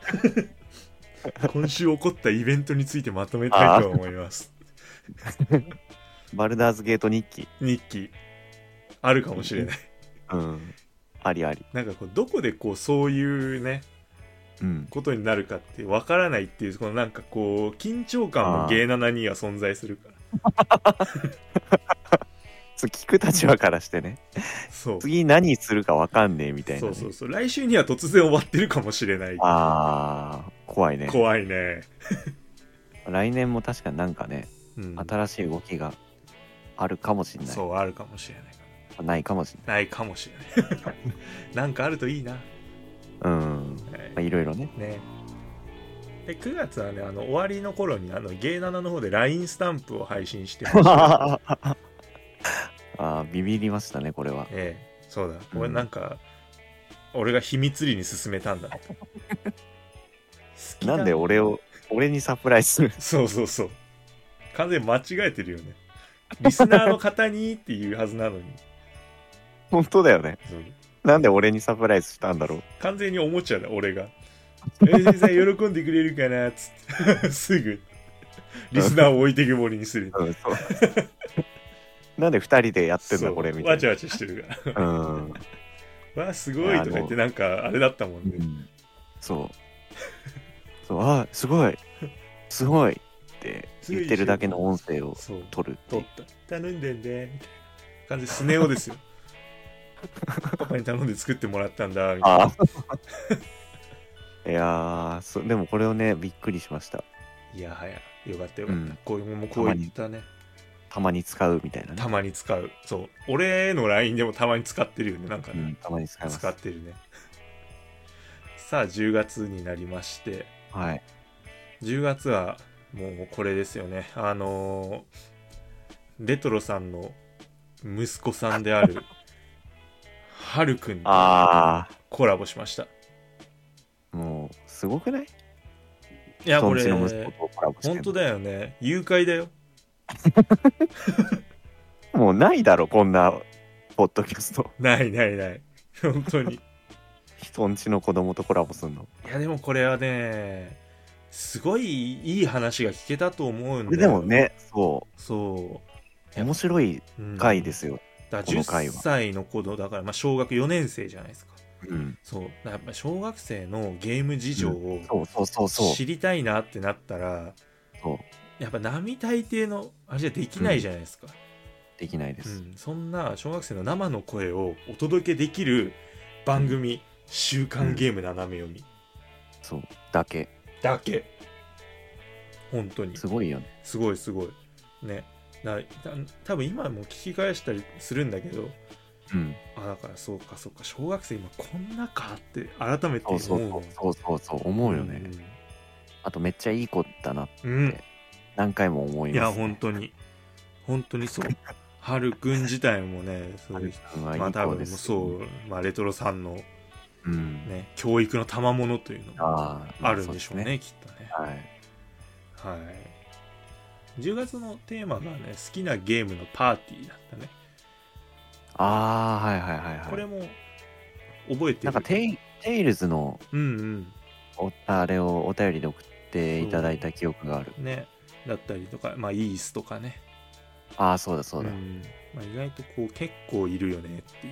今週起こったイベントについてまとめたいと思いますバルダーズゲート日記あるかもしれない。 ありなんかこうどこでこうそういうねことになるかってわからないっていうこのなんかこう緊張感もゲーナナには存在するから聞く立場からしてねそう次何するかわかんねえみたいな、ね、 そう来週には突然終わってるかもしれない。 怖いね来年も確かになんかね、新しい動きがあるかもしれない。 あるかもしれない。 ないかもしれないなんかあるといいな。 いろいろね。 で9月はね終わりの頃にゲイナナの方で LINE スタンプを配信してましたビビりましたねこれは。 そうだ、俺なんか俺が秘密裏に進めたんだ好きなんで俺にサプライズするそう完全に間違えてるよね。リスナーの方にっていうはずなのに本当だよね。なんで俺にサプライズしたんだろう。 完全におもちゃだ俺が先生喜んでくれるかなっつってすぐリスナーを置いてけぼりにする、 そうなんで2人でやってんだこれみたいな。 わちゃわちゃしてるからわあすごいとか言ってなんかあれだったもんね、 そうすごいって言ってるだけの音声を取る。 頼んでんでみたいな感じでスネ夫ですよパパに頼んで作ってもらったんだみたいないやでもこれをねびっくりしました。 いやはやよかったよかった、こういうももこういったねたまに使うみたいなね。 たまに使う。そう俺の LINE でもたまに使ってるよねなんかね、 たまに使います。 使ってるねさあ10月になりまして、10月はもうこれですよね。レトロさんの息子さんであるはるくんとコラボしました。 もうすごくない？ いやこれ本当だよね。誘拐だよもうないだろこんなポッドキャスト。 ない本当に人んちの子供とコラボすんの。 いやでもこれはねすごいいい話が聞けたと思うんだよ。 でもねそう面白い回ですよ、 だから10歳の子供だから、小学4年生じゃないですか。そうやっぱ小学生のゲーム事情を知りたいなってなったら、やっぱ並大抵のあれじゃできないじゃないですか、 できないです、 そんな小学生の生の声をお届けできる番組、週刊ゲーム斜め読み、 そうだけ本当にすごいよね。 すごいね。多分今も聞き返したりするんだけど、だからそうか小学生今こんなかって改めて思う。 そう思うよね、あとめっちゃいい子だなって何回も思います、ね、 いや本当にそうはるくん自体もねそういう多分そう、レトロさんの、教育の賜物というのがあるんでしょうね、きっとね。10月のテーマがね好きなゲームのパーティーだったね。これも覚えてる。 なんかテイルズのあれをお便りで送っていただいた記憶があるね。だったりとかイースとかね。 そうだ、 意外とこう結構いるよねっていう。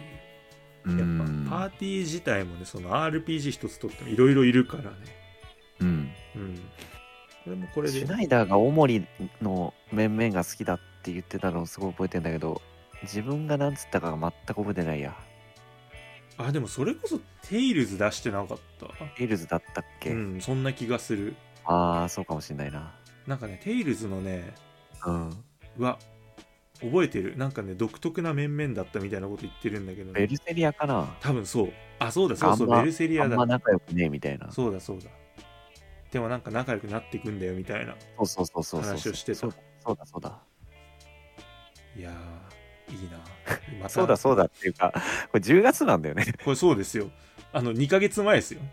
やっぱパーティー自体もねその RPG 一つとってもいろいろいるからね。これもこれでシュナイダーがオモリの面々が好きだって言ってたのをすごい覚えてんだけど、自分が何つったかが全く覚えてないや。 でもそれこそテイルズ出してなかった？ テイルズだったっけ？ そんな気がする。 そうかもしれないな。 なんかねテイルズのね覚えてる。なんかね独特な面々だったみたいなこと言ってるんだけど、 ベルセリアかな。 多分そうそうだベルセリアだ。 あんま仲良くねえみたいな。 そうだでもなんか仲良くなっていくんだよみたいな話をしてた。 そうだ。 いやいいなそうだっていうかこれ10月なんだよね。 これそうですよ。2ヶ月前ですよ。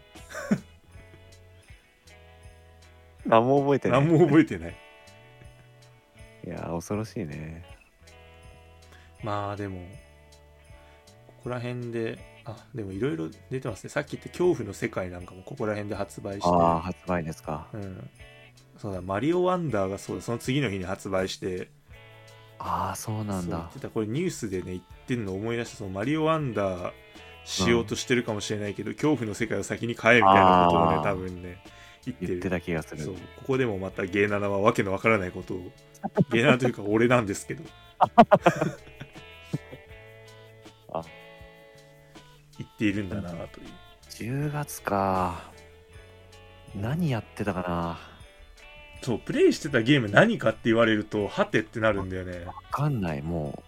何も覚えてない。 いや恐ろしいね。 でもここら辺ででもいろいろ出てますね。さっき言った恐怖の世界なんかもここら辺で発売して。 発売ですか。 そうだマリオワンダーがそうだその次の日に発売して。 そうなんだ。 これニュースでね言ってんの思い出した。そのマリオワンダーしようとしてるかもしれないけど、恐怖の世界を先に買えみたいなことをね多分ね言ってた気がする。そうここでもまたゲーナナはわけのわからないことをゲーナナというか俺なんですけど言っているんだなという。 10月か。何やってたかな。 そうプレイしてたゲーム何かって言われるとはてってなるんだよね。 わかんない。も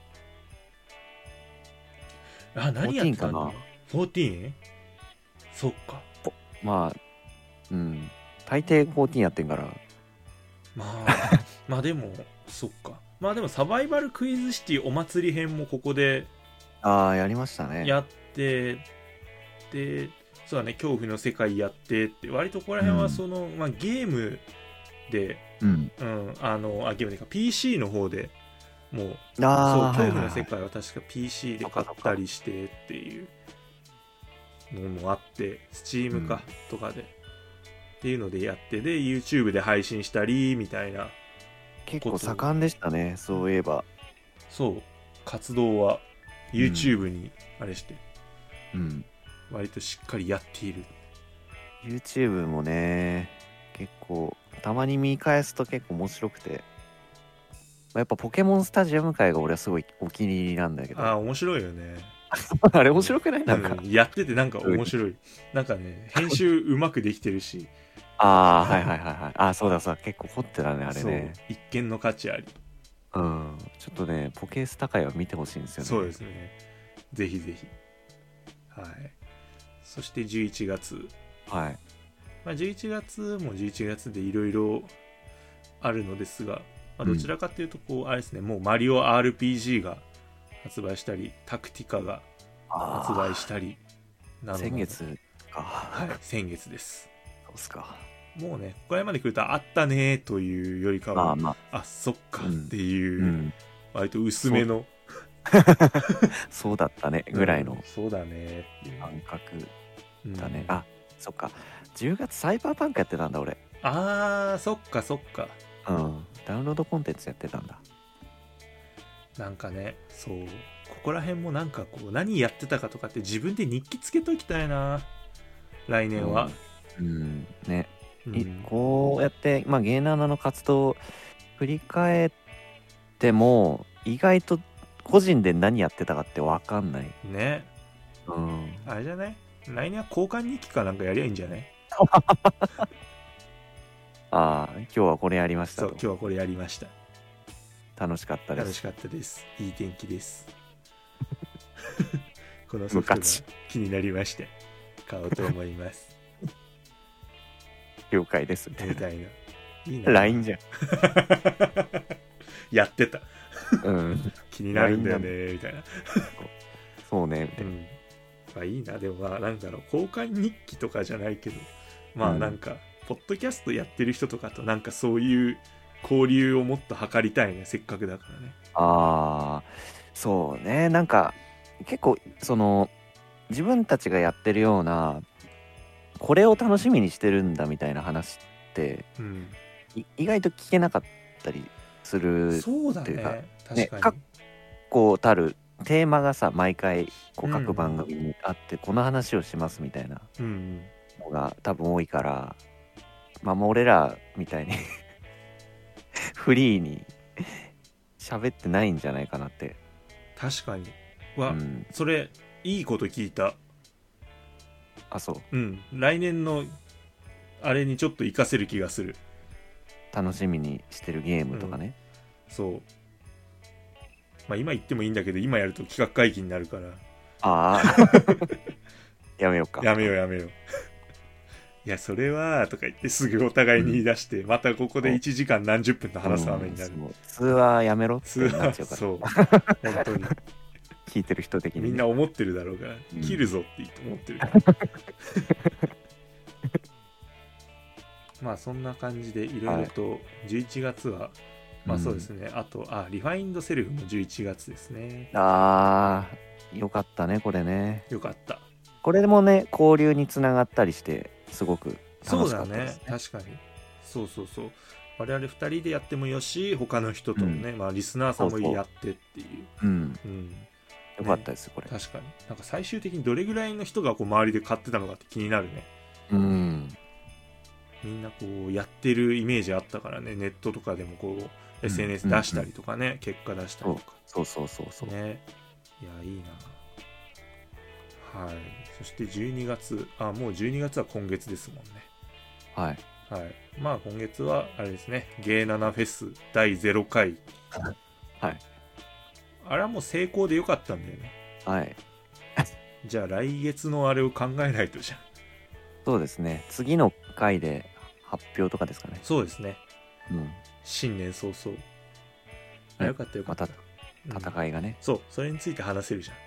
う何やってたんだ。14？ そっか。 大抵14やってんから。 まあでもそっか。まあでもサバイバルクイズシティお祭り編もここでやりましたね。 やって、でそうだね、恐怖の世界やってって、割とここら辺はその、ゲームで、ゲームでか PC の方でもう、そう恐怖の世界は確か PC で買ったりしてっていうのもあって、Steam かとかでっていうのでやって、で YouTube で配信したりみたいな、 結構盛んでしたね、そういえば。 そう活動は YouTube にあれして、割としっかりやっている。 YouTube もね、結構たまに見返すと結構面白くて、やっぱポケモンスタジアム界が俺はすごいお気に入りなんだけど。 面白いよねあれ面白くない？なんか、 やっててなんか面白い。なんかね、編集うまくできてるしはいそうだ結構凝ってたね、あれね。 一見の価値あり。 ちょっとね、ポケスタ界は見てほしいんですよね。 そうですね、ぜひぜひ。はい。そして11月、11月も11月でいろいろあるのですが、どちらかというとこう、あれですね、もうマリオ RPG が発売したり、タクティカが発売したりなど、 先月か。 はい、先月です。 そうっすか。 もうね、ここらまで来るとあったねというよりかは、そっかっていう、割と薄めのそうだったねぐらいの、 そうだねっていう感覚だね。そっか、10月サイバーパンクやってたんだ俺。 そっかダウンロードコンテンツやってたんだ。 なんかね、そうここら辺もなんかこう何やってたかとかって自分で日記つけときたいな、来年は。 ね、こうやってゲーナーの活動を振り返っても意外と個人で何やってたかって分かんないね。あれじゃない、来年は交換日記かなんかやりゃいいんじゃない？ 今日はこれやりました。 そう、今日はこれやりました。 楽しかったです。 楽しかったです。いい天気ですこのソフトが気になりまして買おうと思います了解ですみたいな。 いいな LINE じゃんやってた気になるんだよねみたいなそうねみたいな。 いいな。でもなんだろう、交換日記とかじゃないけど、なんかポッドキャストやってる人とかとなんかそういう交流をもっと図りたいね、せっかくだからね。 そうね、なんか結構その自分たちがやってるようなこれを楽しみにしてるんだみたいな話って、意外と聞けなかったりするっていうか、確かに確固たるテーマがさ毎回こう各番組にあって、この話をしますみたいなのが多分多いから、もう俺らみたいにフリーに喋ってないんじゃないかなって。 確かにそれいいこと聞いた。来年のあれにちょっと活かせる気がする。 楽しみにしてるゲームとかね、 そう今言ってもいいんだけど、今やると企画会議になるからやめようか。 やめよういやそれはとか言ってすぐお互いに言い出して、またここで1時間何十分と話す羽目になる。 通話やめろってなっちゃうから。 そう本当に聞いてる人的にみんな思ってるだろうから、切るぞって思ってるからそんな感じでいろいろと11月は、そうですね。あとリファインドセルフも11月ですね。 よかったねこれね。 よかった。 これでもね交流につながったりしてすごく楽しかったですね。 そうだね、確かに。そう我々2人でやってもよし、他の人とね、リスナーさんもやってっていう。 よかったです、これ。 確かに。なんか最終的にどれぐらいの人がこう周りで買ってたのかって気になるね。みんなこうやってるイメージあったからね。ネットとかでもこう SNS 出したりとかね、結果出したりとか。 そうね。いやいいな。はい。そして12月、もう12月は今月ですもんね。はい。今月はあれですね、ゲーナナフェス第0回。あれはもう成功でよかったんだよね。じゃあ来月のあれを考えないとじゃん。 そうですね。次の回で発表とかですかね。 そうですね。 うん。 新年早々。あ、よかったよかった。 また戦いがね。 そう、それについて話せるじゃん。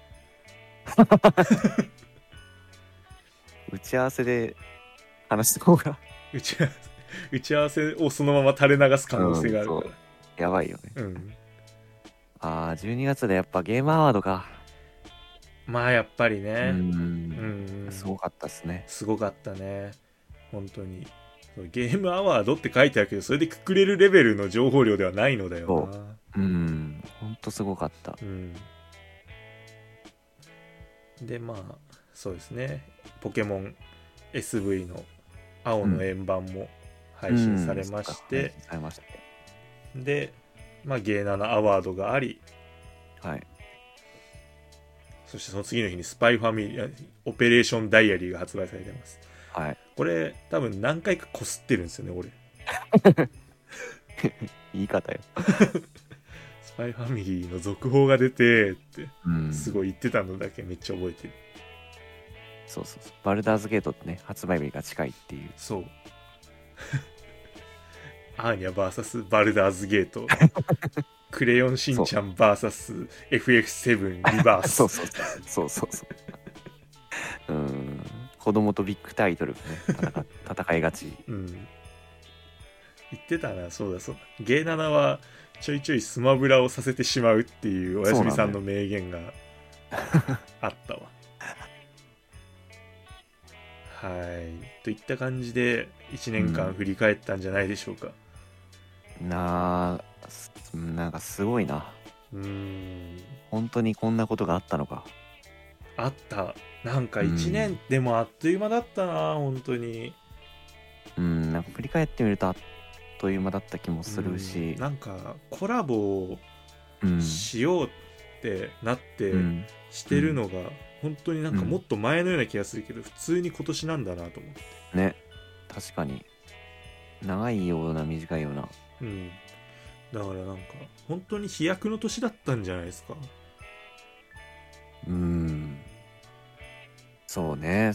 打ち合わせで話した方が打ち合わせをそのまま垂れ流す可能性があるから。 やばいよね。 うん。 12月でやっぱゲームアワードか。 まあやっぱりね。 すごかったっすね。 すごかったね。本当に。ゲームアワードって書いてあるけど、それでくくれるレベルの情報量ではないのだよな。 ほんとすごかった。 で、まあ、そうですね。ポケモン SV の青の円盤も配信されまして、で、まあ、ゲーナナアワードがあり、 はい。 そしてその次の日にスパイファミリー、オペレーションダイアリーが発売されてます。 はい。 これ、多分何回かこすってるんですよね、俺。 言い方よ。 スパイファミリーの続報が出てって、すごい言ってたのだけめっちゃ覚えてる。 そう。バルダーズゲートってね、発売日が近いっていう。 そう。アーニャ VS バルダーズゲート。クレヨンしんちゃん VS FF7 リバース。 そう。子供とビッグタイトルがね、戦いがち。 言ってたな、そうだ。ゲーナナはちょいちょいスマブラをさせてしまうっていうおやすみさんの名言があったわ。はいといった感じで1年間振り返ったんじゃないでしょうか。 なんかすごいな。本当にこんなことがあったのか。 あった。なんか1年でもあっという間だったな、本当に。 なんか振り返ってみるとあっという間だった気もするし、 なんかコラボをしようってなってしてるのが本当になんかもっと前のような気がするけど、普通に今年なんだなと思ってね。確かに長いような短いような。 だからなんか本当に飛躍の年だったんじゃないですか。 そうね。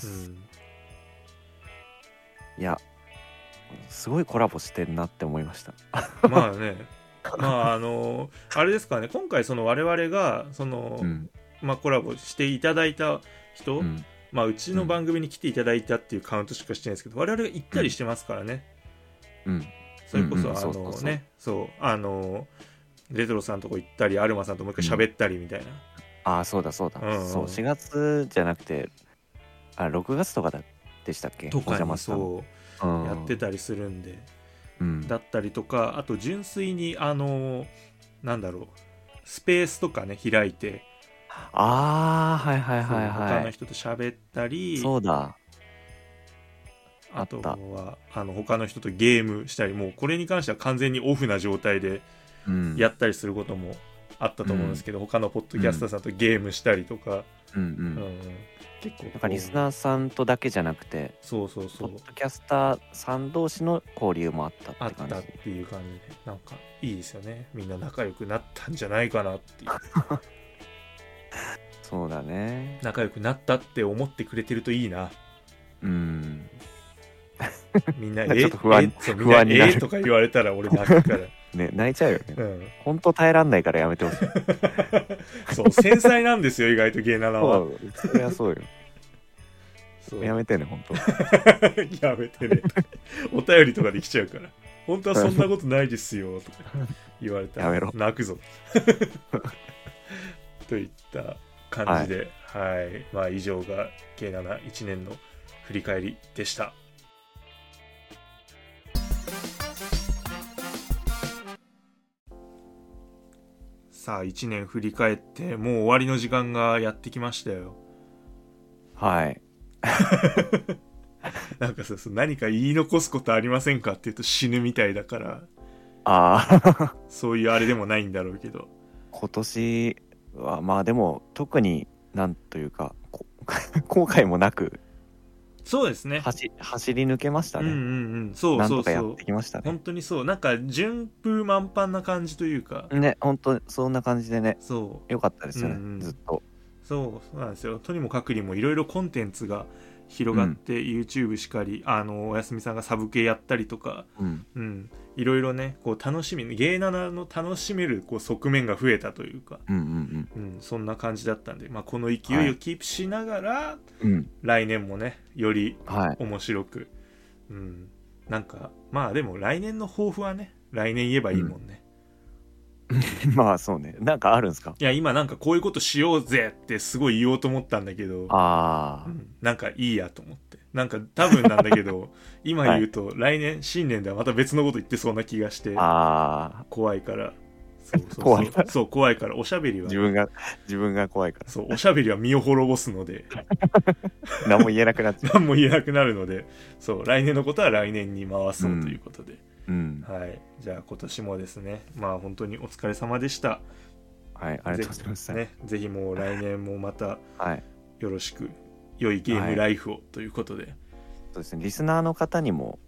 いや、すごいコラボしてんなって思いました。 まあね、まああれですかね、今回その我々がその、まあコラボしていただいた人、まあうちの番組に来ていただいたっていうカウントしかしてないですけど、我々が行ったりしてますからね。それこそレトロさんとこ行ったり、アルマさんともう一回喋ったりみたいな。 そうだ。そう4月じゃなくて6月とかでしたっけとかにそうやってたりするんで、だったりとか、あと純粋になんだろう、スペースとかね開いて、 はい他の人と喋ったり、 そうだ、 あとは他の人とゲームしたり、もうこれに関しては完全にオフな状態でやったりすることもあったと思うんですけど、他のポッドキャスターさんとゲームしたりとか、結構なんかリスナーさんとだけじゃなくて、 そうポッドキャスターさん同士の交流もあったって感じ。 あったっていう感じで、なんかいいですよね。みんな仲良くなったんじゃないかなっていう。 そうだね。 仲良くなったって思ってくれてるといいな。みんなちょっと不安になるとか言われたら俺泣くからね、泣いちゃうよね。本当耐えらんないからやめてほしい。 そう、繊細なんですよ、意外とゲーナナは。 そりゃそうよ。やめてね、本当。 やめてね。お便りとかできちゃうから。本当はそんなことないですよとか言われたら泣くぞ。といった感じで、まあ以上がゲーナナ1年の振り返りでした。さあ1年振り返ってもう終わりの時間がやってきましたよ。なんかさ、何か言い残すことありませんかって言うと死ぬみたいだから、そういうあれでもないんだろうけど、 今年はまあでも特になんというか後悔もなく、 そうですね、 走り抜けましたね。 そうなんとかやってきましたね。 本当にそう、なんか順風満帆な感じというかね、本当そんな感じでね、 そう良かったですよね、ずっと。 そうなんですよ。とにもかくにもいろいろコンテンツが広がって、YouTube しかりおやすみさんがサブ系やったりとか、いろいろねこう楽しみゲイナナの楽しめるこう側面が増えたというか、そんな感じだったんで、この勢いをキープしながら、来年もねより面白く、なんかでも来年の抱負はね来年言えばいいもんね。 まあそうね。なんかあるんですか？ いや今なんかこういうことしようぜってすごい言おうと思ったんだけど、なんかいいやと思って、なんか多分なんだけど今言うと来年新年ではまた別のこと言ってそうな気がして怖いから。そう怖いからおしゃべりは、 自分が怖いから、 そうおしゃべりは身を滅ぼすので何も言えなくなっちゃう何も言えなくなるので、そう来年のことは来年に回そうということで、はい、じゃあ今年もですね本当にお疲れ様でした。 はい、ありがとうございます。 ぜひもう来年もまたよろしく、良いゲームライフをということで、 そうですね、リスナーの方にも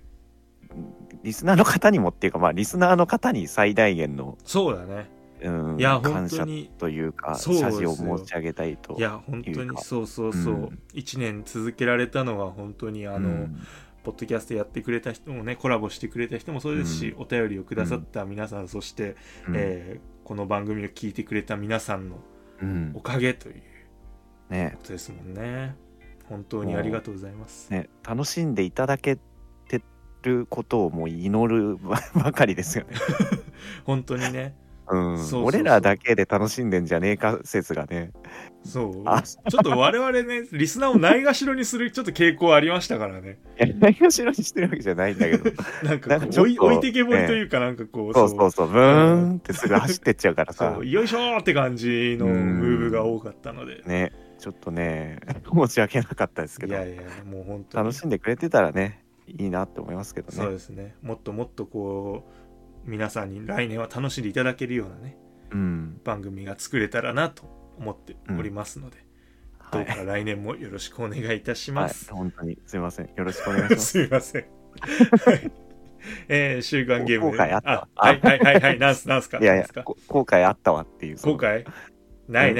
っていうかリスナーの方に最大限のそうだね、いや感謝というか謝辞を申し上げたいというか、 いや本当にそう、1年続けられたのは本当にポッドキャストやってくれた人もね、コラボしてくれた人もそうですし、お便りをくださった皆さん、そして、この番組を聞いてくれた皆さんのおかげということですもんね。本当にありがとうございます。 楽しんでいただけてることをもう祈るばかりですよね。 本当にね。 俺らだけで楽しんでんじゃねえか説がね。 ちょっと我々ねリスナーをないがしろにするちょっと傾向ありましたからね。 ないがしろにしてるわけじゃないんだけどなんか置いてけぼりというか、なんかこうそうブーンってすぐ走ってっちゃうからさよいしょーって感じのムーブが多かったのでね、ちょっとね申し訳なかったですけど、 いやもう本当に楽しんでくれてたらねいいなって思いますけどね。 そうですね、もっともっとこう皆さんに来年は楽しんでいただけるようなね、番組が作れたらなと思っておりますので、どうか来年もよろしくお願いいたします。 本当にすいません、よろしくお願いします。 すいません。週刊ゲームで後悔あったわ。 はいなんすか。 いや後悔あったわっていう。 後悔ない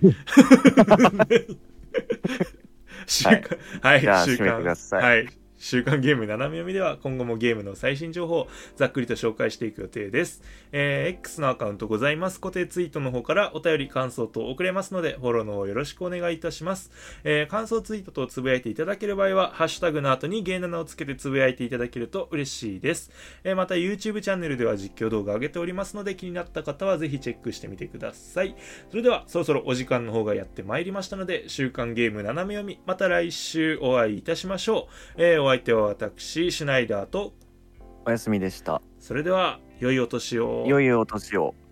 週刊締めてください。 週刊ゲーム斜め読みでは今後もゲームの最新情報をざっくりと紹介していく予定です。X のアカウントございます。固定ツイートの方からお便り感想等送れますのでフォローの方よろしくお願いいたします。感想ツイートとつぶやいていただける場合はハッシュタグの後にゲーナナをつけてつぶやいていただけると嬉しいです。また YouTube チャンネルでは実況動画を上げておりますので気になった方はぜひチェックしてみてください。それではそろそろお時間の方がやってまいりましたので、週刊ゲーム斜め読みまた来週お会いいたしましょう。お相手は私シュナイダーとおやすみでした。 それでは良いお年を。 良いお年を。